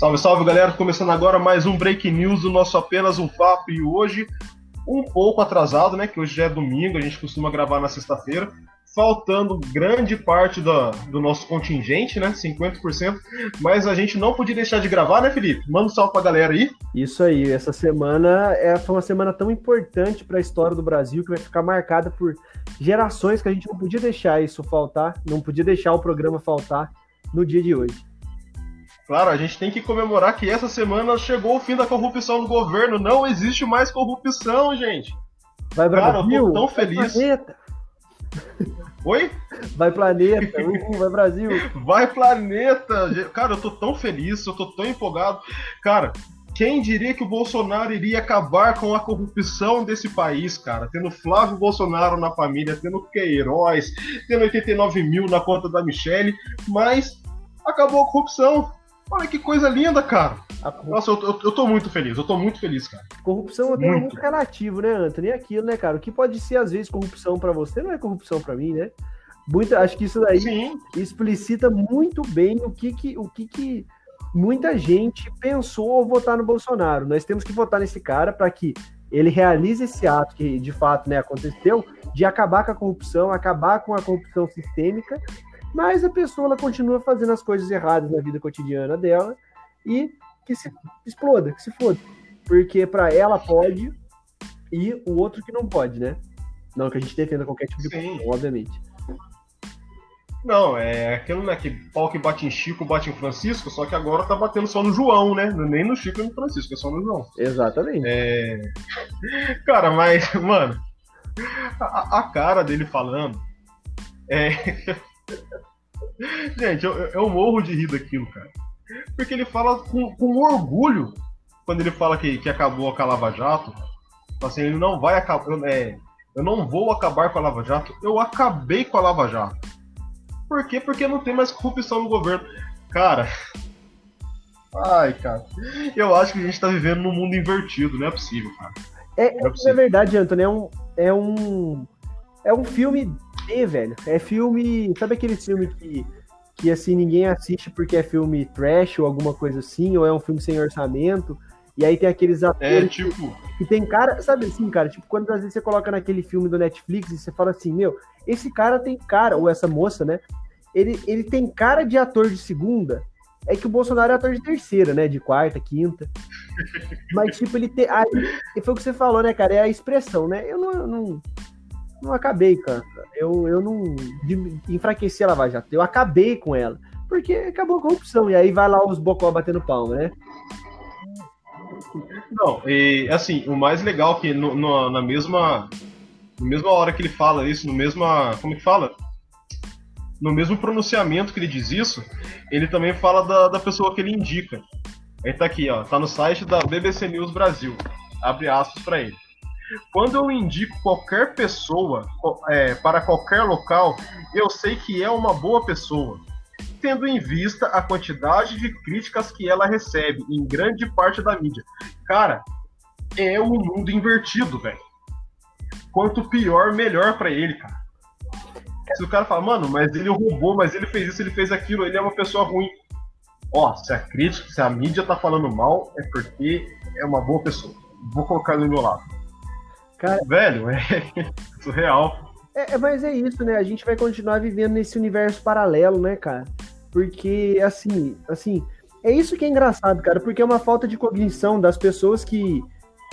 Salve, salve, galera! Começando agora mais um Break News do nosso Apenas um Papo. E hoje, um pouco atrasado, né? Que hoje já é domingo, a gente costuma gravar na sexta-feira. Faltando grande parte do nosso contingente, né? 50%. Mas a gente não podia deixar de gravar, né, Felipe? Manda um salve pra galera aí. Isso aí, essa semana foi uma semana tão importante para a história do Brasil que vai ficar marcada por gerações que a gente não podia deixar isso faltar, não podia deixar o programa faltar no dia de hoje. Claro, a gente tem que comemorar que essa semana chegou o fim da corrupção no governo. Não existe mais corrupção, gente. Vai, Brasil! Cara, eu tô tão feliz. Planeta. Oi? Vai, planeta! Vai, Brasil! Vai, planeta! Cara, eu tô tão feliz, eu tô tão empolgado. Cara, quem diria que o Bolsonaro iria acabar com a corrupção desse país, cara? Tendo Flávio Bolsonaro na família, tendo Queiroz, tendo 89 mil na conta da Michelle, mas acabou a corrupção. Olha que coisa linda, cara. Nossa, eu tô muito feliz, cara. Corrupção é muito relativo, né, Anthony? É aquilo, né, cara? O que pode ser, às vezes, corrupção pra você não é corrupção pra mim, né? Acho que isso daí explicita muito bem o que muita gente pensou ao votar no Bolsonaro. Nós temos que votar nesse cara para que ele realize esse ato que, de fato, né, aconteceu, de acabar com a corrupção sistêmica, mas a pessoa ela continua fazendo as coisas erradas na vida cotidiana dela e que se exploda, que se foda. Porque para ela pode e o outro que não pode, né? Não que a gente defenda qualquer tipo de corrupção, obviamente. Não, é aquilo, né, que pau que bate em Chico, bate em Francisco, só que agora tá batendo só no João, né? Nem no Chico e no Francisco, é só no João. Exatamente. Cara, mas, mano, a cara dele falando Gente, eu morro de rir daquilo, cara. Porque ele fala com orgulho quando ele fala que acabou com a Lava Jato. Assim, ele não vai acabar. Eu não vou acabar com a Lava Jato, eu acabei com a Lava Jato. Por quê? Porque não tem mais corrupção no governo. Cara. Ai, cara. Eu acho que a gente tá vivendo num mundo invertido, não é possível, cara. É verdade, Antônio. É um filme velho. É filme. Sabe aquele filme que assim ninguém assiste porque é filme trash ou alguma coisa assim, ou é um filme sem orçamento? E aí tem aqueles atores que tem cara, sabe assim, cara, tipo, quando às vezes você coloca naquele filme do Netflix e você fala assim, meu, esse cara tem cara, ou essa moça, né, ele tem cara de ator de segunda, é que o Bolsonaro é ator de terceira, né, de quarta, quinta, mas tipo, ele tem, aí, foi o que você falou, né, cara, é a expressão, né, eu não acabei, cara, eu não enfraqueci a Lava Jato, eu acabei com ela, porque acabou a corrupção, e aí vai lá os bocó batendo palma, né. Não, e assim, o mais legal é que na mesma hora que ele fala isso, como que fala? No mesmo pronunciamento que ele diz isso, ele também fala da pessoa que ele indica. Ele tá aqui, ó, tá no site da BBC News Brasil, abre aspas pra ele. Quando eu indico qualquer pessoa para qualquer local, eu sei que é uma boa pessoa, tendo em vista a quantidade de críticas que ela recebe em grande parte da mídia. Cara, é um mundo invertido, velho. Quanto pior, melhor pra ele, cara. Se o cara fala, mano, mas ele roubou, mas ele fez isso, ele fez aquilo, ele é uma pessoa ruim. Ó, se a mídia tá falando mal, é porque é uma boa pessoa. Vou colocar ele do meu lado. Cara, velho, é surreal. Mas é isso, né? A gente vai continuar vivendo nesse universo paralelo, né, cara? Porque, assim, é isso que é engraçado, cara, porque é uma falta de cognição das pessoas que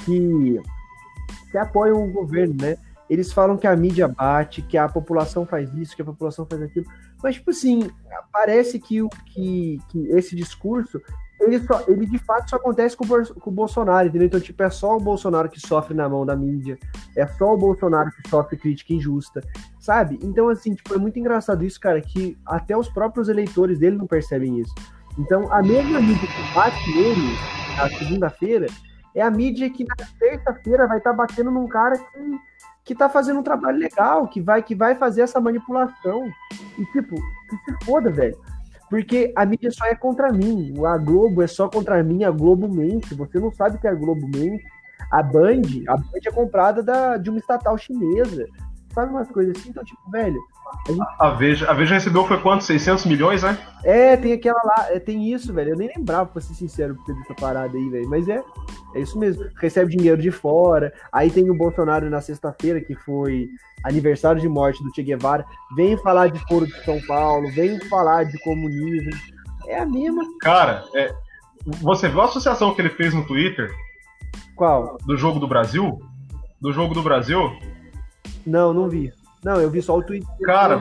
apoiam o governo, né? Eles falam que a mídia bate, que a população faz isso, que a população faz aquilo, mas, tipo assim, parece que esse discurso, ele de fato só acontece com o Bolsonaro, entendeu? Então, tipo, é só o Bolsonaro que sofre na mão da mídia, é só o Bolsonaro que sofre crítica injusta, sabe? Então, assim, tipo, é muito engraçado isso, cara, que até os próprios eleitores dele não percebem isso. Então, a mesma mídia que bate nele na segunda-feira é a mídia que na terça-feira vai estar batendo num cara que tá fazendo um trabalho legal, que vai fazer essa manipulação. E, tipo, que se foda, velho. Porque a mídia só é contra mim. A Globo é só contra mim, a Globo mente. Você não sabe que a Globo mente. A Band é comprada de uma estatal chinesa. sabe umas coisas assim? Então, tipo, velho... A Veja recebeu foi quanto? 600 milhões, né? Tem aquela lá, tem isso, velho. Eu nem lembrava, pra ser sincero, por ter essa parada aí, velho. Mas é isso mesmo. Recebe dinheiro de fora. Aí tem o Bolsonaro na sexta-feira, que foi aniversário de morte do Che Guevara. Vem falar de Foro de São Paulo, vem falar de comunismo. É a mesma. Cara, você viu a associação que ele fez no Twitter? Qual? Do Jogo do Brasil? Do Jogo do Brasil? Não vi. Não, eu vi só o tweet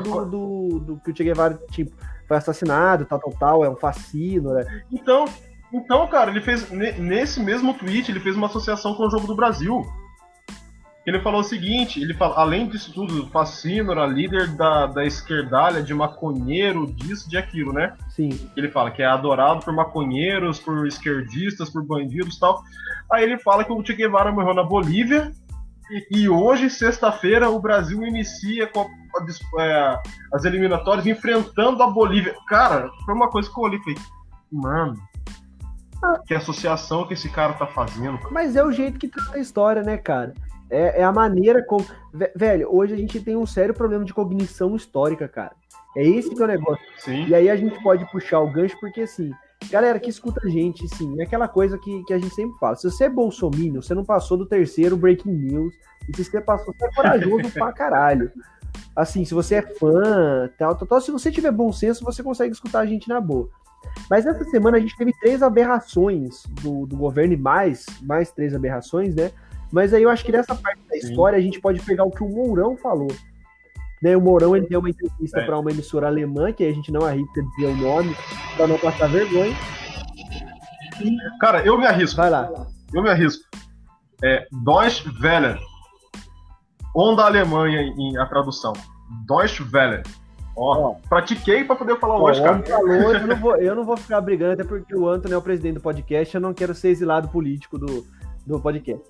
do que o Che Guevara tipo, foi assassinado, tal, é um fascínio, né? Então, cara, ele fez, nesse mesmo tweet, ele fez uma associação com o Jogo do Brasil. Ele falou o seguinte, além disso tudo, Facínora, líder da esquerdalha, de maconheiro, disso, de aquilo, né? Sim. Ele fala que é adorado por maconheiros, por esquerdistas, por bandidos e tal. Aí ele fala que o Che Guevara morreu na Bolívia, e hoje, sexta-feira, o Brasil inicia com as eliminatórias enfrentando a Bolívia. Cara, foi uma coisa que eu olhei e falei, mano, que associação que esse cara tá fazendo? Mas é o jeito que trata a história, né, cara? É a maneira como... Velho, hoje a gente tem um sério problema de cognição histórica, cara. É esse que é o negócio. Sim. E aí a gente pode puxar o gancho, porque assim... Galera que escuta a gente, sim, é aquela coisa que a gente sempre fala. Se você é bolsominion, você não passou do terceiro Breaking News. E se você passou, você é corajoso pra caralho. Assim, se você é fã, tal, se você tiver bom senso, você consegue escutar a gente na boa. Mas essa semana a gente teve 3 aberrações do governo e mais 3 aberrações, né? Mas aí eu acho que nessa parte da história a gente pode pegar o que o Mourão falou. Né, o Mourão ele deu uma entrevista para uma emissora alemã, que a gente não arrisca dizer o nome, para não passar vergonha. Cara, eu me arrisco. Vai lá. Eu me arrisco. Deutsche Welle. Onda Alemanha em a tradução. Deutsche Welle. Ó, pratiquei para poder falar hoje, cara. Falou, eu não vou ficar brigando, até porque o Antônio é o presidente do podcast, eu não quero ser exilado político do podcast.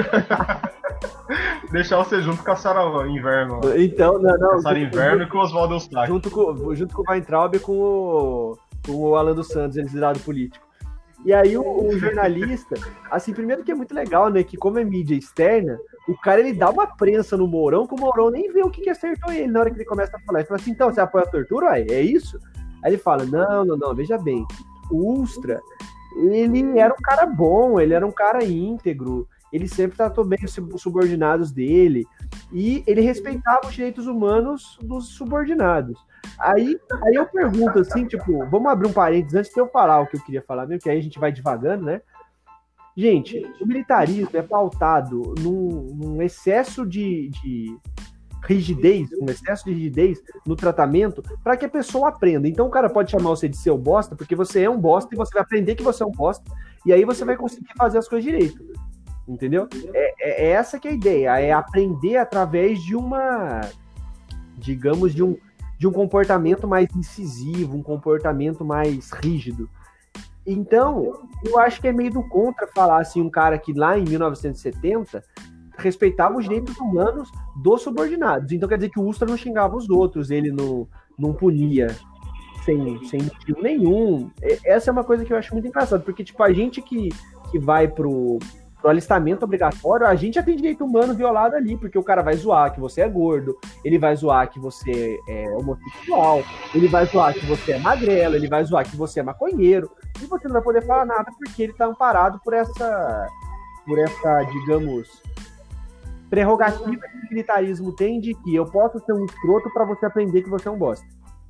Deixar você junto com a Sarah Inverno. Então, não. Com a Sarah Inverno e com o Oswaldo Eustáquio. Junto com o Weintraub e com o Alan dos Santos, exilado político. E aí o jornalista, assim, primeiro que é muito legal, né, que como é mídia externa, o cara ele dá uma prensa no Mourão, que o Mourão nem vê o que acertou ele na hora que ele começa a falar. Ele fala assim, então, você apoia a tortura, ué? É isso? Aí ele fala, não, veja bem, o Ustra, ele era um cara bom, ele era um cara íntegro, ele sempre tratou bem os subordinados dele, e ele respeitava os direitos humanos dos subordinados. Aí eu pergunto assim, tipo, vamos abrir um parênteses antes de eu falar o que eu queria falar mesmo, que aí a gente vai devagando, né? Gente, o militarismo é pautado num excesso de rigidez, no tratamento, para que a pessoa aprenda. Então o cara pode chamar você de seu bosta, porque você é um bosta e você vai aprender que você é um bosta, e aí você vai conseguir fazer as coisas direito. Entendeu? É essa que é a ideia, é aprender através de digamos, de um comportamento mais incisivo, um comportamento mais rígido. Então, eu acho que é meio do contra falar assim, um cara que lá em 1970 respeitava os direitos humanos dos subordinados. Então quer dizer que o Ustra não xingava os outros, ele não punia sem motivo nenhum. Essa é uma coisa que eu acho muito engraçada, porque tipo, a gente que vai pro alistamento obrigatório, a gente já tem direito humano violado ali, porque o cara vai zoar que você é gordo, ele vai zoar que você é homossexual, ele vai zoar que você é magrelo, ele vai zoar que você é maconheiro, e você não vai poder falar nada porque ele tá amparado por essa, digamos, prerrogativa que o militarismo tem de que eu posso ser um escroto para você aprender que você é um bosta.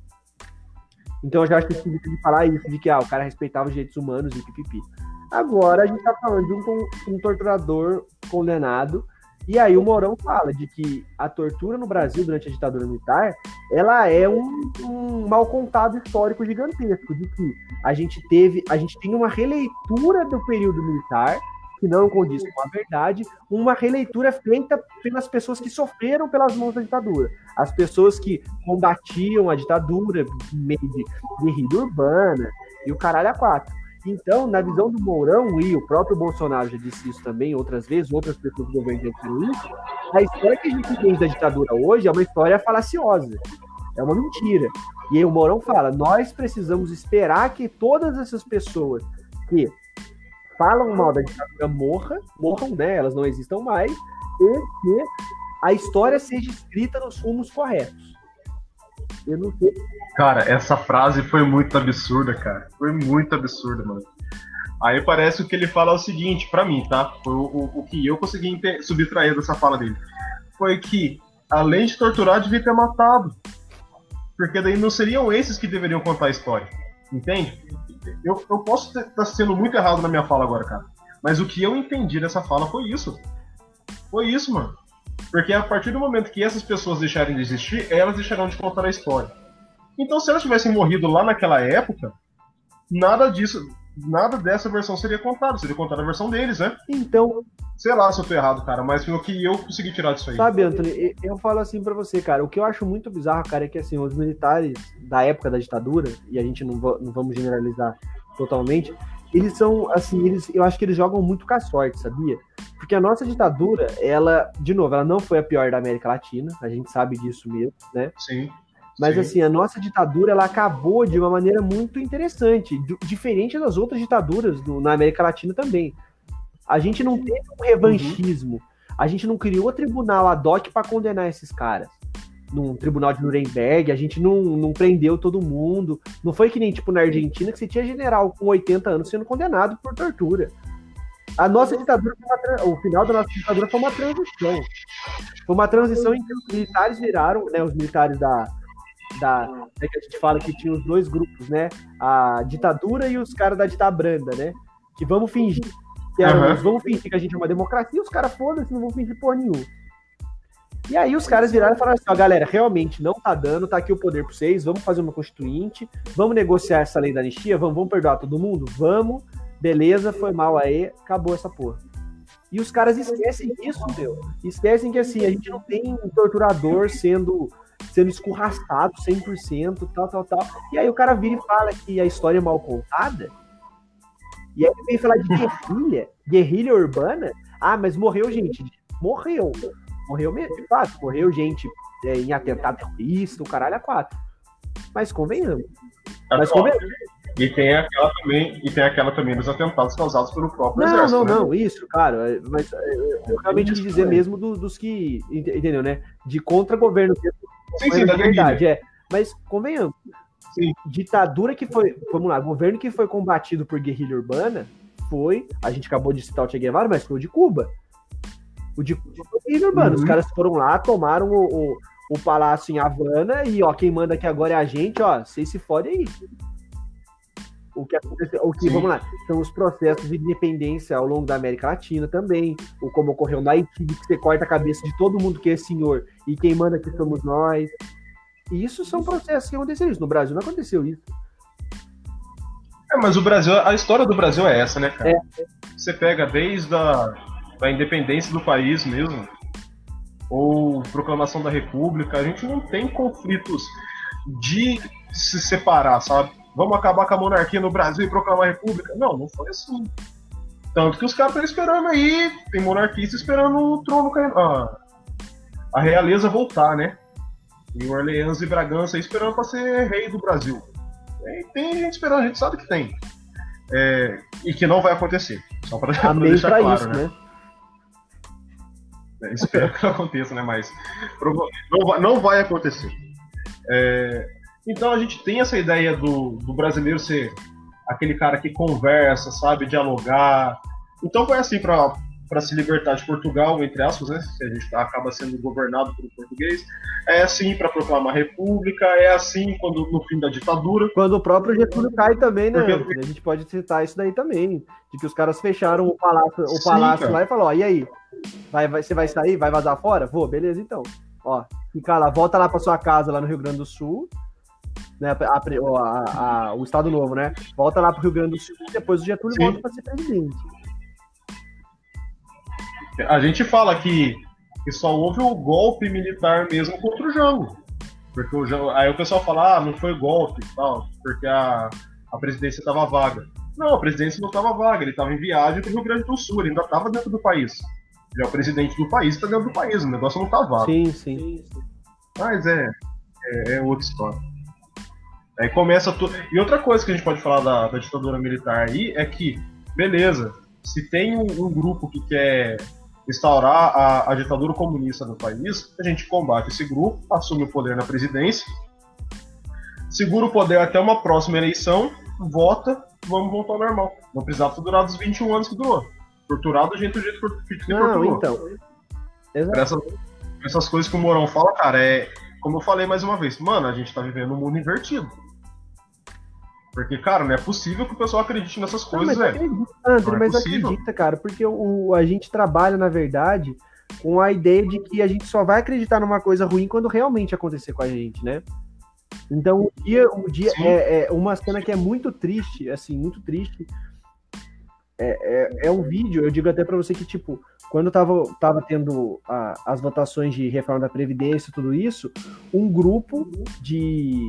Então eu já acho que é de falar isso, de que o cara respeitava os direitos humanos e pipipi. Agora a gente tá falando de um torturador condenado, e aí o Mourão fala de que a tortura no Brasil durante a ditadura militar, ela é um mal contado histórico gigantesco, de que a gente tem uma releitura do período militar, que não condiz com a verdade, uma releitura feita pelas pessoas que sofreram pelas mãos da ditadura. As pessoas que combatiam a ditadura, meio de guerrilha urbana, e o caralho a quatro. Então, na visão do Mourão, e o próprio Bolsonaro já disse isso também outras vezes, outras pessoas do governo já disseram isso, a história que a gente tem da ditadura hoje é uma história falaciosa, é uma mentira. E aí o Mourão fala, nós precisamos esperar que todas essas pessoas que falam mal da ditadura morram, né, elas não existam mais, e que a história seja escrita nos rumos corretos. Eu não sei. Cara, essa frase foi muito absurda, cara. Foi muito absurda, mano. Aí parece que o que ele fala é o seguinte, pra mim, tá? Foi o que eu consegui subtrair dessa fala dele. Foi que, além de torturar, devia ter matado. Porque daí não seriam esses que deveriam contar a história. Entende? Eu posso estar sendo muito errado na minha fala agora, cara. Mas o que eu entendi dessa fala foi isso. Foi isso, mano. Porque a partir do momento que essas pessoas deixarem de existir, elas deixarão de contar a história. Então, se elas tivessem morrido lá naquela época, nada disso, nada dessa versão seria contada a versão deles, né? Então, sei lá se eu tô errado, cara, mas foi o que eu consegui tirar disso aí. Sabe, Anthony, eu falo assim pra você, cara, o que eu acho muito bizarro, cara, é que assim, os militares da época da ditadura, e a gente não vamos generalizar totalmente, eles são, assim, eu acho que eles jogam muito com a sorte, sabia? Porque a nossa ditadura, ela, de novo, ela não foi a pior da América Latina, a gente sabe disso mesmo, né? Sim. Mas Sim. assim, a nossa ditadura, ela acabou de uma maneira muito interessante, diferente das outras ditaduras na América Latina também. A gente não teve um revanchismo, a gente não criou tribunal ad hoc para condenar esses caras. Num tribunal de Nuremberg, a gente não prendeu todo mundo. Não foi que nem tipo na Argentina, que você tinha general com 80 anos sendo condenado por tortura. A nossa ditadura, o final da nossa ditadura foi uma transição. Foi uma transição em que os militares viraram, né, os militares que a gente fala que tinha os dois grupos, né? A ditadura e os caras da ditabranda, né? Que vamos fingir vamos fingir que a gente é uma democracia, os caras foda-se, não vão fingir porra nenhuma. E aí os caras viraram e falaram assim, ó, galera, realmente não tá dando, tá aqui o poder pra vocês, vamos fazer uma constituinte, vamos negociar essa lei da anistia, vamos perdoar todo mundo? Vamos, beleza, foi mal aí, acabou essa porra. E os caras esquecem disso, meu. Esquecem que assim, a gente não tem um torturador sendo escorraçado 100%, tal. E aí o cara vira e fala que a história é mal contada. E aí ele vem falar de guerrilha urbana. Ah, mas morreu gente. Morreu mesmo, de fato. Morreu gente em atentado terrorista, o caralho a 4. Mas convenhamos. E tem aquela também dos atentados causados pelo próprio exército. Não, isso, cara. Mas eu realmente quis dizer mesmo dos que, entendeu, né? De contra-governo. Sim, da verdade, Mas convenhamos. Sim. Ditadura que foi, vamos lá, governo que foi combatido por guerrilha urbana a gente acabou de citar o Che Guevara, mas foi o de Cuba. O de Cuba foi guerrilha urbana. Os caras foram lá, tomaram o palácio em Havana e, ó, quem manda aqui agora é a gente, ó, vocês se fodem aí. Vamos lá, são os processos de independência ao longo da América Latina também, como ocorreu no Haiti, que você corta a cabeça de todo mundo que é senhor e quem manda aqui somos nós. E isso são processos que aconteceram isso. No Brasil não aconteceu isso. Mas o Brasil, a história do Brasil é essa, né, cara? Você pega desde a independência do país mesmo, ou proclamação da República, a gente não tem conflitos de se separar, sabe? Vamos acabar com a monarquia no Brasil e proclamar a República? Não foi assim. Tanto que os caras estão esperando aí, tem monarquista esperando o trono cair, a realeza voltar, né? Em Orleans e Bragança esperando para ser rei do Brasil. Tem gente esperando, a gente sabe que tem. E que não vai acontecer. Só para deixar claro, isso, né? Espero que não aconteça, né? Mas não vai acontecer. Então a gente tem essa ideia do brasileiro ser aquele cara que conversa, sabe, dialogar. Então foi assim para se libertar de Portugal, entre aspas, né? Se a gente acaba sendo governado por português. É assim para proclamar a República, é assim quando no fim da ditadura. Quando o próprio Getúlio cai também, né? Porque a gente pode citar isso daí também, de que os caras fecharam o palácio lá e falaram, ó, e aí? Você vai sair? Vai vazar fora? Vou, beleza então. Ó, fica lá, volta lá para sua casa lá no Rio Grande do Sul, né, o Estado Novo, né? Volta lá pro Rio Grande do Sul e depois o Getúlio volta para ser presidente. A gente fala que só houve o golpe militar mesmo contra o Jango. Porque aí o pessoal fala, não foi golpe e tal, porque a presidência estava vaga. Não, a presidência não estava vaga, ele estava em viagem para o Rio Grande do Sul, ele ainda estava dentro do país. Ele é o presidente do país, está dentro do país, o negócio não está vago. Sim. Mas é outra história. Aí começa tudo. E outra coisa que a gente pode falar da ditadura militar aí é que, beleza, se tem um grupo que quer instaurar a ditadura comunista no país, a gente combate esse grupo, assume o poder na presidência, segura o poder até uma próxima eleição, vota, vamos voltar ao normal. Não precisava ter durado os 21 anos que durou. Torturado do jeito que torturou. Então. Essas coisas que o Mourão fala, cara, como eu falei mais uma vez, mano, a gente tá vivendo um mundo invertido. Porque, cara, não é possível que o pessoal acredite nessas coisas, velho. André, mas acredita, cara, porque a gente trabalha, na verdade, com a ideia de que a gente só vai acreditar numa coisa ruim quando realmente acontecer com a gente, né? Então, o dia é uma cena que é muito triste, assim, muito triste. É um vídeo, eu digo até pra você que, tipo, quando tava tendo as votações de reforma da Previdência e tudo isso, um grupo de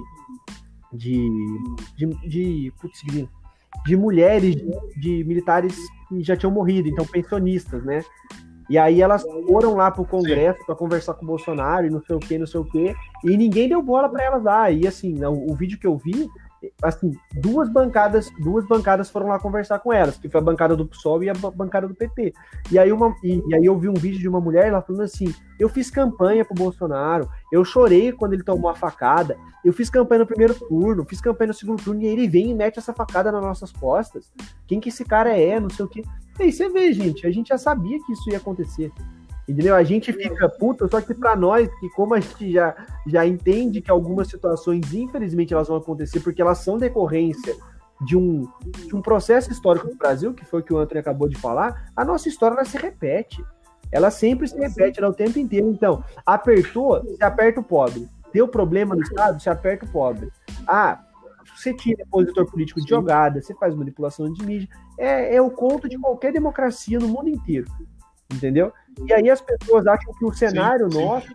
mulheres, de militares que já tinham morrido, então pensionistas, né? E aí elas foram lá pro Congresso para conversar com o Bolsonaro e não sei o quê, e ninguém deu bola para elas lá. E assim, o vídeo que eu vi, assim, duas bancadas foram lá conversar com elas, que foi a bancada do PSOL e a bancada do PT. E aí eu vi um vídeo de uma mulher lá falando assim: eu fiz campanha pro Bolsonaro, eu chorei quando ele tomou a facada, eu fiz campanha no primeiro turno, fiz campanha no segundo turno, e aí ele vem e mete essa facada nas nossas costas. Quem que esse cara não sei o quê. E aí você vê, gente, a gente já sabia que isso ia acontecer. Entendeu? A gente fica puta, só que pra nós, que como a gente já entende que algumas situações, infelizmente, elas vão acontecer porque elas são decorrência de um processo histórico do Brasil, que foi o que o Anthony acabou de falar, a nossa história, ela se repete. Ela sempre se repete, ela o tempo inteiro. Então, apertou, você aperta o pobre. Deu problema no Estado, você aperta o pobre. Você tira opositor político de jogada, você faz manipulação de mídia. É o conto de qualquer democracia no mundo inteiro. Entendeu? E aí as pessoas acham que o cenário nosso,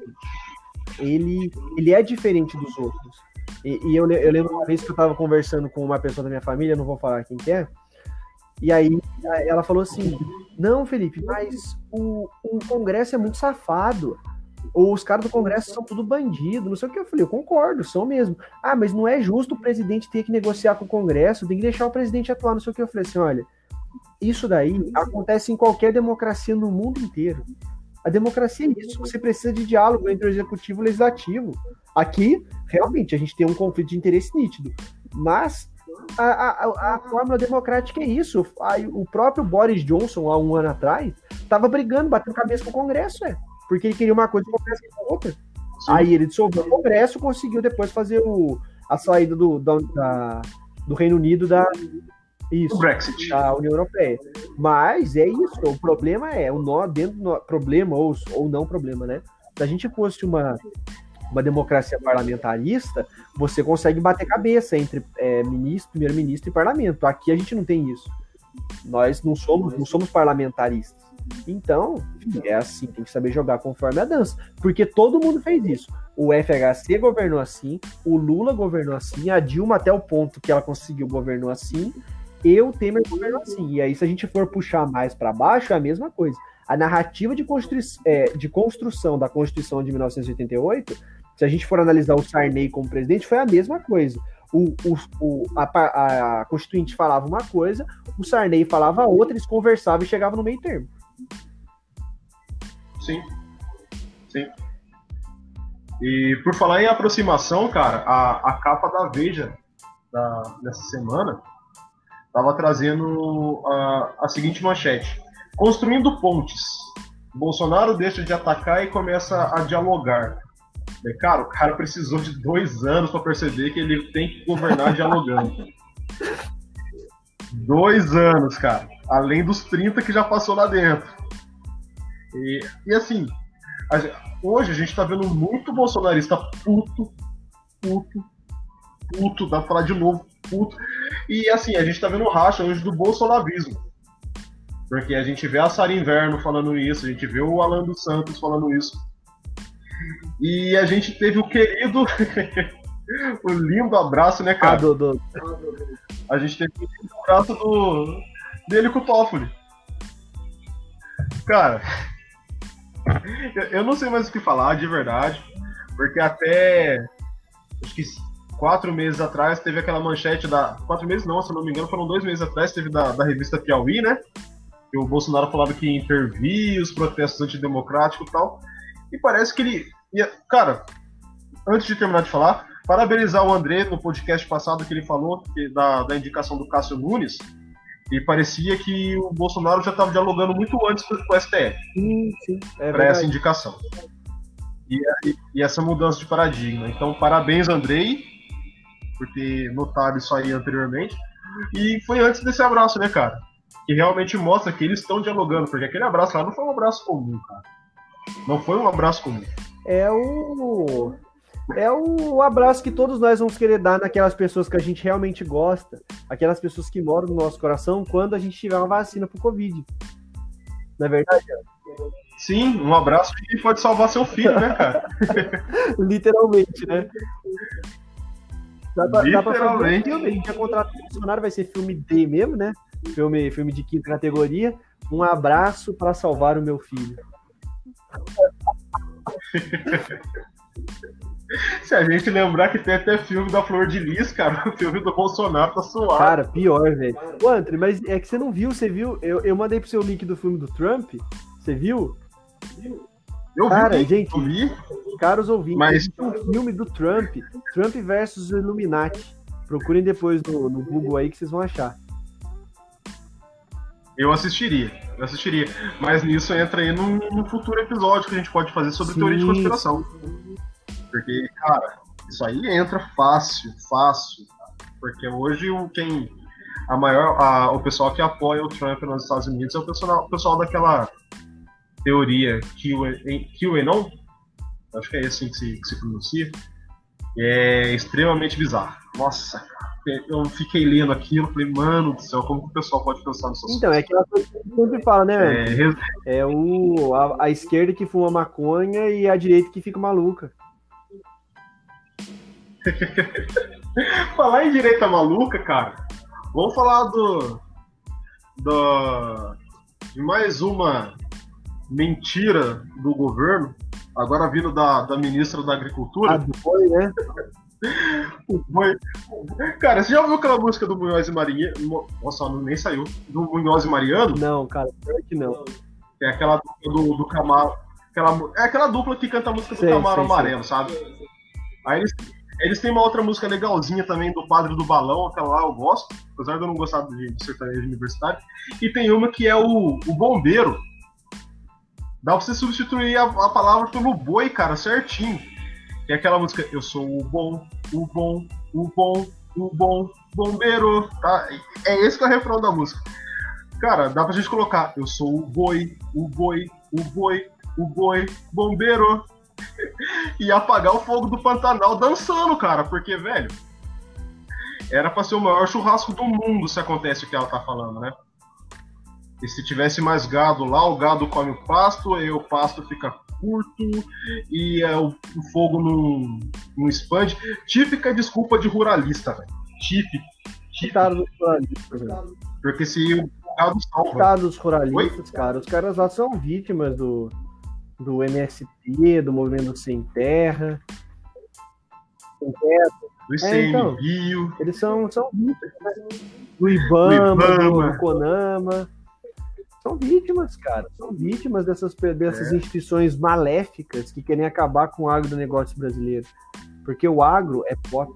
ele é diferente dos outros. E eu lembro uma vez que eu estava conversando com uma pessoa da minha família, não vou falar quem que é, e aí ela falou assim: não, Felipe, mas o Congresso é muito safado, ou os caras do Congresso são tudo bandido, não sei o que. Eu falei: eu concordo, são mesmo. Mas não é justo o presidente ter que negociar com o Congresso, tem que deixar o presidente atuar, não sei o que. Eu falei assim: olha, isso daí acontece em qualquer democracia no mundo inteiro. A democracia é isso, você precisa de diálogo entre o executivo e o legislativo. Aqui, realmente, a gente tem um conflito de interesse nítido, mas a fórmula democrática é isso. O próprio Boris Johnson, há um ano atrás, estava brigando, batendo cabeça com o Congresso, porque ele queria uma coisa e o Congresso queria outra. Sim. Aí ele dissolveu o Congresso, conseguiu depois fazer a saída do Reino Unido o Brexit. Da União Europeia. Mas é isso, o problema é o nó dentro do problema, ou não problema, né? Se a gente fosse uma democracia parlamentarista, você consegue bater cabeça entre primeiro-ministro e parlamento. Aqui a gente não tem isso. Nós não somos parlamentaristas. Então, é assim, tem que saber jogar conforme a dança. Porque todo mundo fez isso. O FHC governou assim, o Lula governou assim, a Dilma, até o ponto que ela conseguiu, governou assim, e o Temer governou assim. E aí, se a gente for puxar mais para baixo, é a mesma coisa. A narrativa de construção da Constituição de 1988, se a gente for analisar o Sarney como presidente, foi a mesma coisa. A Constituinte falava uma coisa, o Sarney falava outra, eles conversavam e chegavam no meio termo. Sim. E por falar em aproximação, cara, a capa da Veja dessa semana estava trazendo a seguinte manchete: construindo pontes. Bolsonaro deixa de atacar e começa a dialogar. Cara, o cara precisou de 2 anos para perceber que ele tem que governar dialogando. 2 anos, cara. Além dos 30 que já passou lá dentro. E assim, hoje a gente tá vendo muito bolsonarista puto, dá pra falar de novo, puto. E assim, a gente tá vendo o racha hoje do bolsonavismo. Porque a gente vê a Sara Inverno falando isso, a gente vê o Alan dos Santos falando isso. E a gente teve o querido, o lindo abraço, né, cara? A gente teve o lindo abraço dele com o Toffoli. Cara, eu não sei mais o que falar, de verdade, porque até, acho que 4 meses atrás, teve aquela manchete 4 meses não, se eu não me engano, foram 2 meses atrás, teve da revista Piauí, né? que o Bolsonaro falava que ia intervir os protestos antidemocráticos e tal. E parece que ele ia... Cara, antes de terminar de falar, parabenizar o André no podcast passado que ele falou da indicação do Cássio Nunes. E parecia que o Bolsonaro já estava dialogando muito antes com o STF para essa indicação. E essa mudança de paradigma. Então, parabéns, Andrei, por ter notado isso aí anteriormente. E foi antes desse abraço, né, cara? Que realmente mostra que eles estão dialogando, porque aquele abraço lá não foi um abraço comum, cara. Não foi um abraço comum. É o abraço que todos nós vamos querer dar naquelas pessoas que a gente realmente gosta, aquelas pessoas que moram no nosso coração quando a gente tiver uma vacina pro Covid. Não é verdade? Sim, um abraço que pode salvar seu filho, né, cara? Literalmente, né? Dá pra fazer um filme, a gente já contratou o Bolsonaro, vai ser filme D mesmo, né? Filme de quinta categoria. Um abraço para salvar o meu filho. Se a gente lembrar que tem até filme da Flor de Lis, cara, o filme do Bolsonaro tá suave. Cara, pior, velho. Ô, André, mas é que você não viu, você viu? Eu mandei pro seu link do filme do Trump, você viu? Eu cara, vi, gente, eu vi. Caros ouvintes, mas... existe um filme do Trump versus Illuminati. Procurem depois no Google aí que vocês vão achar. Eu assistiria. Mas nisso entra aí num futuro episódio que a gente pode fazer sobre teoria de conspiração. Porque, cara, isso aí entra fácil. Porque hoje o pessoal que apoia o Trump nos Estados Unidos é o pessoal daquela teoria QAnon, não? Acho que é assim que se pronuncia. É extremamente bizarro. Nossa, eu fiquei lendo aquilo, falei, mano do céu, como que o pessoal pode pensar nessas coisas? Então, é aquela coisa que a gente sempre fala, né? A esquerda que fuma maconha e a direita que fica maluca. Falar em direita maluca, cara, vamos falar de mais uma mentira do governo, agora vindo da ministra da Agricultura. Do boi, né? O boi. Cara, você já ouviu aquela música do Munhoz e Mariano? Nossa, nem saiu. Do Munhoz e Mariano? Não, cara, pior que não. É aquela dupla do Camaro. É aquela dupla que canta a música do Camaro Amarelo, sabe? Aí eles têm uma outra música legalzinha também do Padre do Balão, aquela lá eu gosto, apesar de eu não gostar de sertanejo universitário. E tem uma que é o bombeiro. Dá pra você substituir a palavra pelo boi, cara, certinho. Que é aquela música, eu sou o bom bombeiro, tá? É esse que é o refrão da música. Cara, dá pra gente colocar, eu sou o boi bombeiro. E apagar o fogo do Pantanal dançando, cara, porque, velho, era pra ser o maior churrasco do mundo se acontece o que ela tá falando, né? E se tivesse mais gado lá, o gado come o pasto, aí o pasto fica curto e o fogo não expande. Típica desculpa de ruralista, velho. Típica. Porque se o gado salva. Coitado dos ruralistas, cara. Os caras lá são vítimas do MST, do Movimento Sem Terra. Do ICMBio. Então, eles são vítimas, né? Do IBAMA, do CONAMA. São vítimas, cara. São vítimas dessas instituições maléficas que querem acabar com o agronegócio brasileiro. Porque o agro é pop.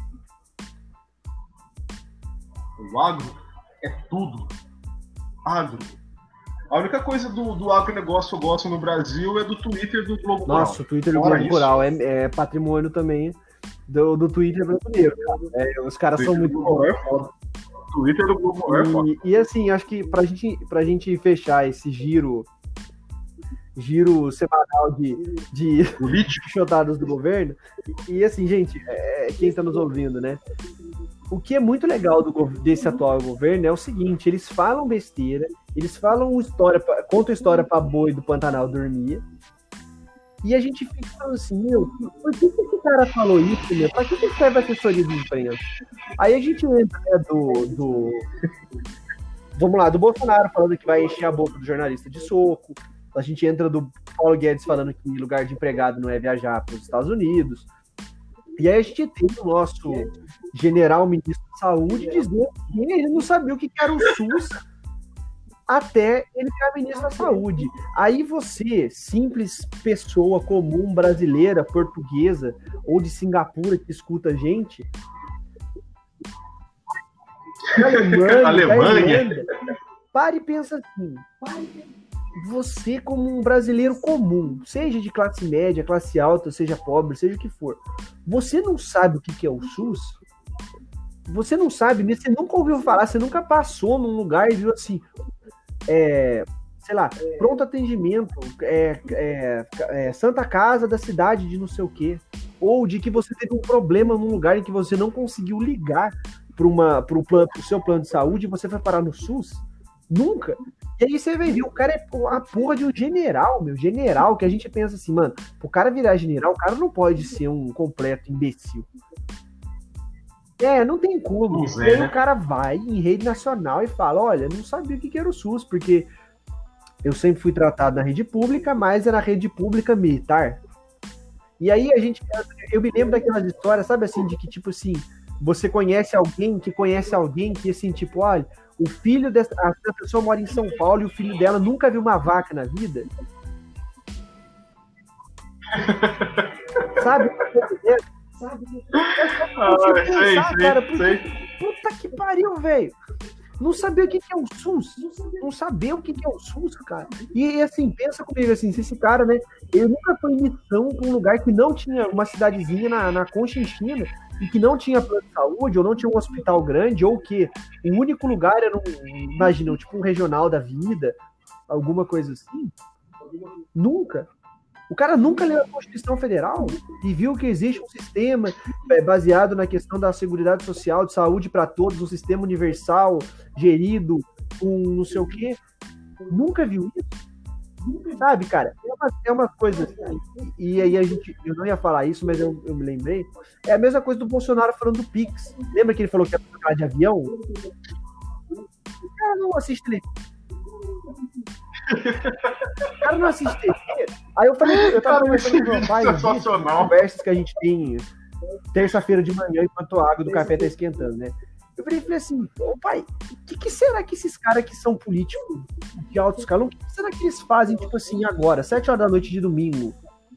O agro é tudo. Agro. A única coisa do agronegócio que eu gosto no Brasil é do Twitter do Globo Rural. Nossa, o Twitter do Globo Rural é patrimônio também do Twitter brasileiro. Os caras são muito bons. Twitter do Globo Rural. E assim, acho que pra gente fechar esse giro semanal de chotadas do governo, e assim, gente, quem está nos ouvindo, né? O que é muito legal desse atual governo é o seguinte, eles falam besteira, eles falam contam história pra boi do Pantanal dormir, e a gente fica falando assim, por que esse cara falou isso, meu? Pra que serve a assessoria de imprensa? Aí a gente entra, né, vamos lá, do Bolsonaro falando que vai encher a boca do jornalista de soco, a gente entra do Paulo Guedes falando que lugar de empregado não é viajar para os Estados Unidos, e aí a gente tem o nosso general ministro da Saúde dizendo que ele não sabia o que era o SUS até ele virar ministro da Saúde. Aí você, simples pessoa comum, brasileira, portuguesa, ou de Singapura que escuta a gente, Alemanha. Irlanda, pare e pensa assim, você como um brasileiro comum, seja de classe média, classe alta, seja pobre, seja o que for, você não sabe o que é o SUS? Você não sabe, você nunca ouviu falar, você nunca passou num lugar e viu assim, sei lá, pronto atendimento, Santa Casa da cidade de não sei o quê, ou de que você teve um problema num lugar em que você não conseguiu ligar pro seu plano de saúde e você foi parar no SUS? Nunca. E aí você vai ver, o cara é a porra de um general, meu, general, que a gente pensa assim, mano, pro cara virar general, o cara não pode ser um completo imbecil. Não tem como. E aí o cara vai em rede nacional e fala, olha, não sabia o que era o SUS, porque eu sempre fui tratado na rede pública, mas era na rede pública militar. E aí eu me lembro daquelas histórias, sabe assim, de que tipo assim, você conhece alguém que assim, tipo, olha, o filho dessa pessoa mora em São Paulo e o filho dela nunca viu uma vaca na vida. Sabe? Sei. Puta que pariu, velho. Não sabia o que é o SUS. Não sabia o que é o SUS, cara. E assim, pensa comigo assim, se esse cara, né, ele nunca foi em missão pra um lugar que não tinha uma cidadezinha na Conchinchina e que não tinha plano de saúde, ou não tinha um hospital grande, ou que o único lugar era imagina, tipo um regional da vida, alguma coisa assim. Nunca. O cara nunca leu a Constituição Federal e viu que existe um sistema baseado na questão da seguridade social, de saúde para todos, um sistema universal, gerido com não sei o quê. Nunca viu isso. Sabe, cara? É uma coisa assim, e aí eu não ia falar isso, mas eu me lembrei. É a mesma coisa do Bolsonaro falando do Pix. Lembra que ele falou que ia trocar de avião? O cara não assiste televisão. O cara não assiste TV. Aí eu falei, eu tava conversando com meu pai, conversas que a gente tem terça-feira de manhã enquanto a água do café tá esquentando, né? Eu falei assim, ô pai, o que será que esses caras que são políticos de alto escalão, o que será que eles fazem, tipo assim, agora, 7 horas da noite de domingo?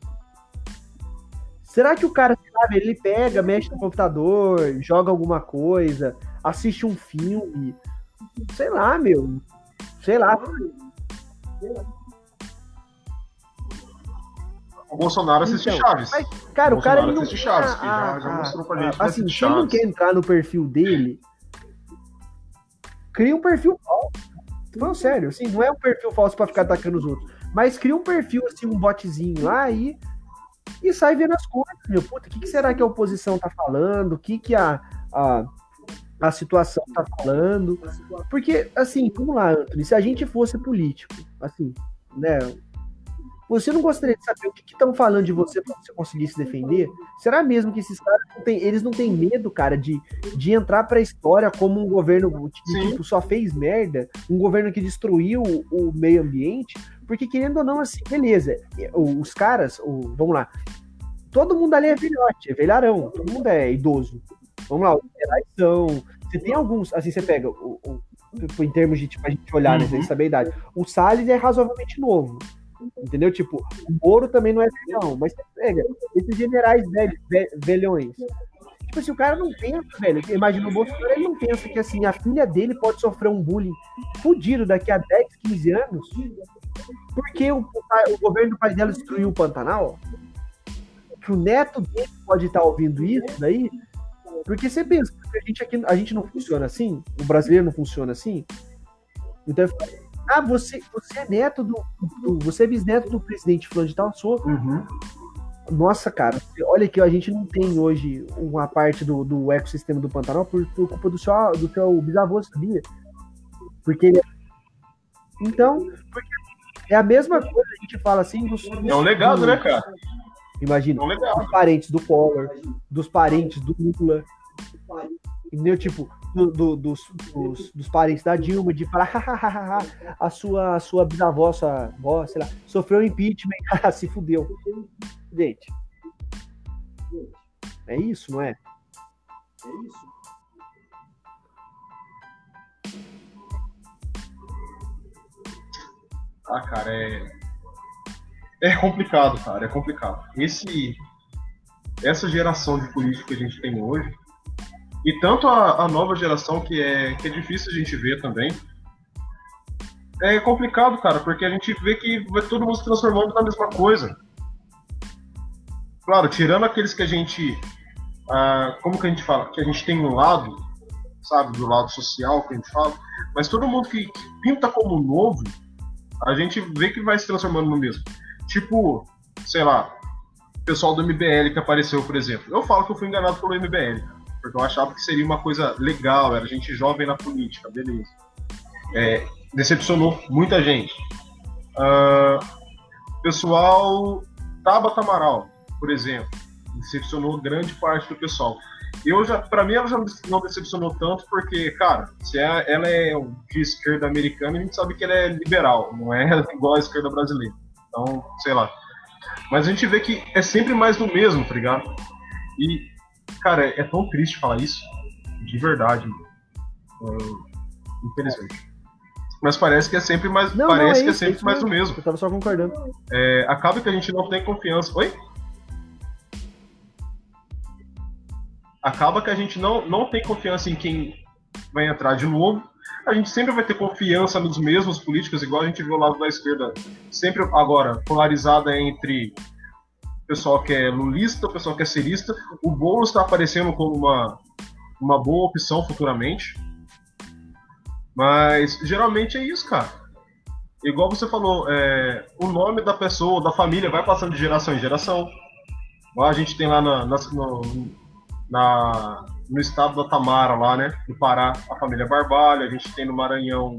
Será que o cara, sabe, ele pega, mexe no computador, joga alguma coisa, assiste um filme, sei lá, meu, sei lá. O Bolsonaro assiste Chaves. Mas, cara, o cara ele não assiste Chaves, que já mostrou pra gente. Assim, se ele não quer entrar no perfil dele, cria um perfil falso. Tô falando sério, assim, não é um perfil falso pra ficar atacando os outros, mas cria um perfil, assim, um botzinho lá e sai vendo as coisas, meu. Puta, o que será que a oposição tá falando? O que a situação tá falando? Porque, assim, vamos lá, Anthony, se a gente fosse político, assim, né, você não gostaria de saber o que estão falando de você para você conseguir se defender? Será mesmo que esses caras eles não têm medo, cara, de entrar para a história como um governo que tipo, só fez merda, um governo que destruiu o meio ambiente? Porque, querendo ou não, assim, beleza, os caras, vamos lá, todo mundo ali é velhote, é velharão, todo mundo é idoso. Vamos lá, os generais são. Você tem alguns, assim, você pega, em termos de, tipo, a gente olhar, né, sem saber a idade, o Salles é razoavelmente novo. Entendeu? Tipo, o Moro também não é velhão, mas você pega esses generais velhões. Tipo assim, o cara não pensa, velho. Imagina o Bolsonaro, ele não pensa que assim, a filha dele pode sofrer um bullying fudido daqui a 10, 15 anos, porque o governo do pai dela destruiu o Pantanal. Que o neto dele pode estar ouvindo isso daí. Porque você pensa que a gente não funciona assim, o brasileiro não funciona assim. Então, você é neto você é bisneto do presidente fulano de tal, sou. Nossa, cara, olha que a gente não tem hoje uma parte do ecossistema do Pantanal por culpa do seu bisavô, sabia? Porque então, porque é a mesma coisa, a gente fala assim é um legado, né, cara? Imagina, os parentes do Collor, dos parentes do Lula, entendeu? Tipo, dos parentes da Dilma, de falar, a sua bisavó, sua avó, sei lá, sofreu impeachment, se fudeu. Gente, é isso, não é? É isso. Ah, cara, é complicado, cara, é complicado. Essa geração de político que a gente tem hoje, e tanto a nova geração que é difícil a gente ver também, é complicado, cara, porque a gente vê que vai todo mundo se transformando na mesma coisa. Claro, tirando aqueles que a gente, como que a gente fala? Que a gente tem um lado, sabe, do lado social que a gente fala, mas todo mundo que pinta como novo, a gente vê que vai se transformando no mesmo. Tipo, sei lá, o pessoal do MBL que apareceu, por exemplo. Eu falo que eu fui enganado pelo MBL, porque eu achava que seria uma coisa legal, era gente jovem na política, beleza. Decepcionou muita gente. Pessoal Tabata Amaral, por exemplo, decepcionou grande parte do pessoal. Pra mim, ela já não decepcionou tanto, porque, cara, se ela é de esquerda americana, a gente sabe que ela é liberal, não é igual a esquerda brasileira. Então, sei lá. Mas a gente vê que é sempre mais do mesmo, tá ligado? E, cara, é tão triste falar isso, de verdade, infelizmente. Mas parece que é sempre mais, que é sempre mais do mesmo. Eu tava só concordando. Acaba que a gente não tem confiança. Oi? Acaba que a gente não tem confiança em quem vai entrar de novo. A gente sempre vai ter confiança nos mesmos políticos, igual a gente viu o lado da esquerda, sempre agora polarizada entre o pessoal que é lulista, o pessoal que é serista. O Boulos está aparecendo como uma boa opção futuramente. Mas geralmente é isso, cara. Igual você falou, o nome da pessoa, da família, vai passando de geração em geração. A gente tem lá no estado da Tamara, lá, né, no Pará, a família Barbalho. A gente tem no Maranhão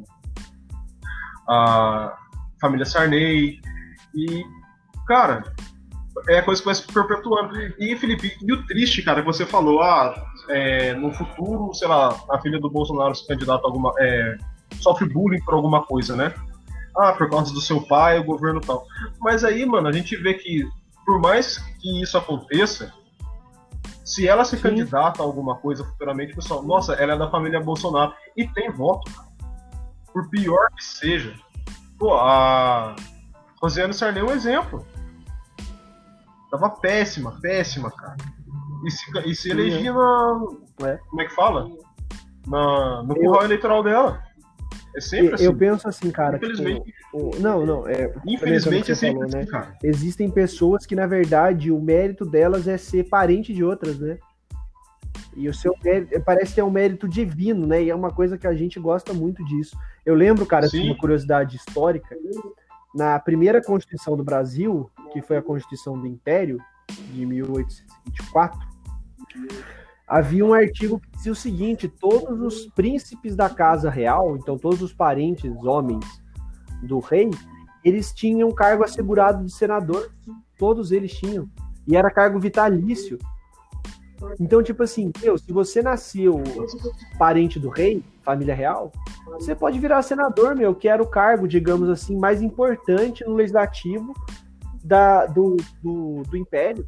a família Sarney. E, cara, é a coisa que vai se perpetuando. E, Felipe, e o triste, cara, que você falou, no futuro, sei lá, a filha do Bolsonaro se candidata a alguma... sofre bullying por alguma coisa, né? Por causa do seu pai, o governo e tal. Mas aí, mano, a gente vê que, por mais que isso aconteça, se ela se candidata a alguma coisa futuramente, pessoal, nossa, ela é da família Bolsonaro e tem voto, cara. Por pior que seja. Pô, a Rosiane Sarney é um exemplo. Tava péssima, cara. E se elegia como é que fala? No curral eleitoral dela. É sempre assim. Eu penso assim, cara. Infelizmente. Infelizmente é sempre assim, né? Cara. Existem pessoas que, na verdade, o mérito delas é ser parente de outras, né? E o seu mérito, parece que é um mérito divino, né? E é uma coisa que a gente gosta muito disso. Eu lembro, cara, assim, uma curiosidade histórica. Na primeira Constituição do Brasil, que foi a Constituição do Império, de 1824, havia um artigo que dizia o seguinte: todos os príncipes da casa real, então todos os parentes homens do rei, eles tinham cargo assegurado de senador, todos eles tinham, e era cargo vitalício. Então, tipo assim, se você nasceu parente do rei, família real, você pode virar senador, que era o cargo, digamos assim, mais importante no legislativo do Império,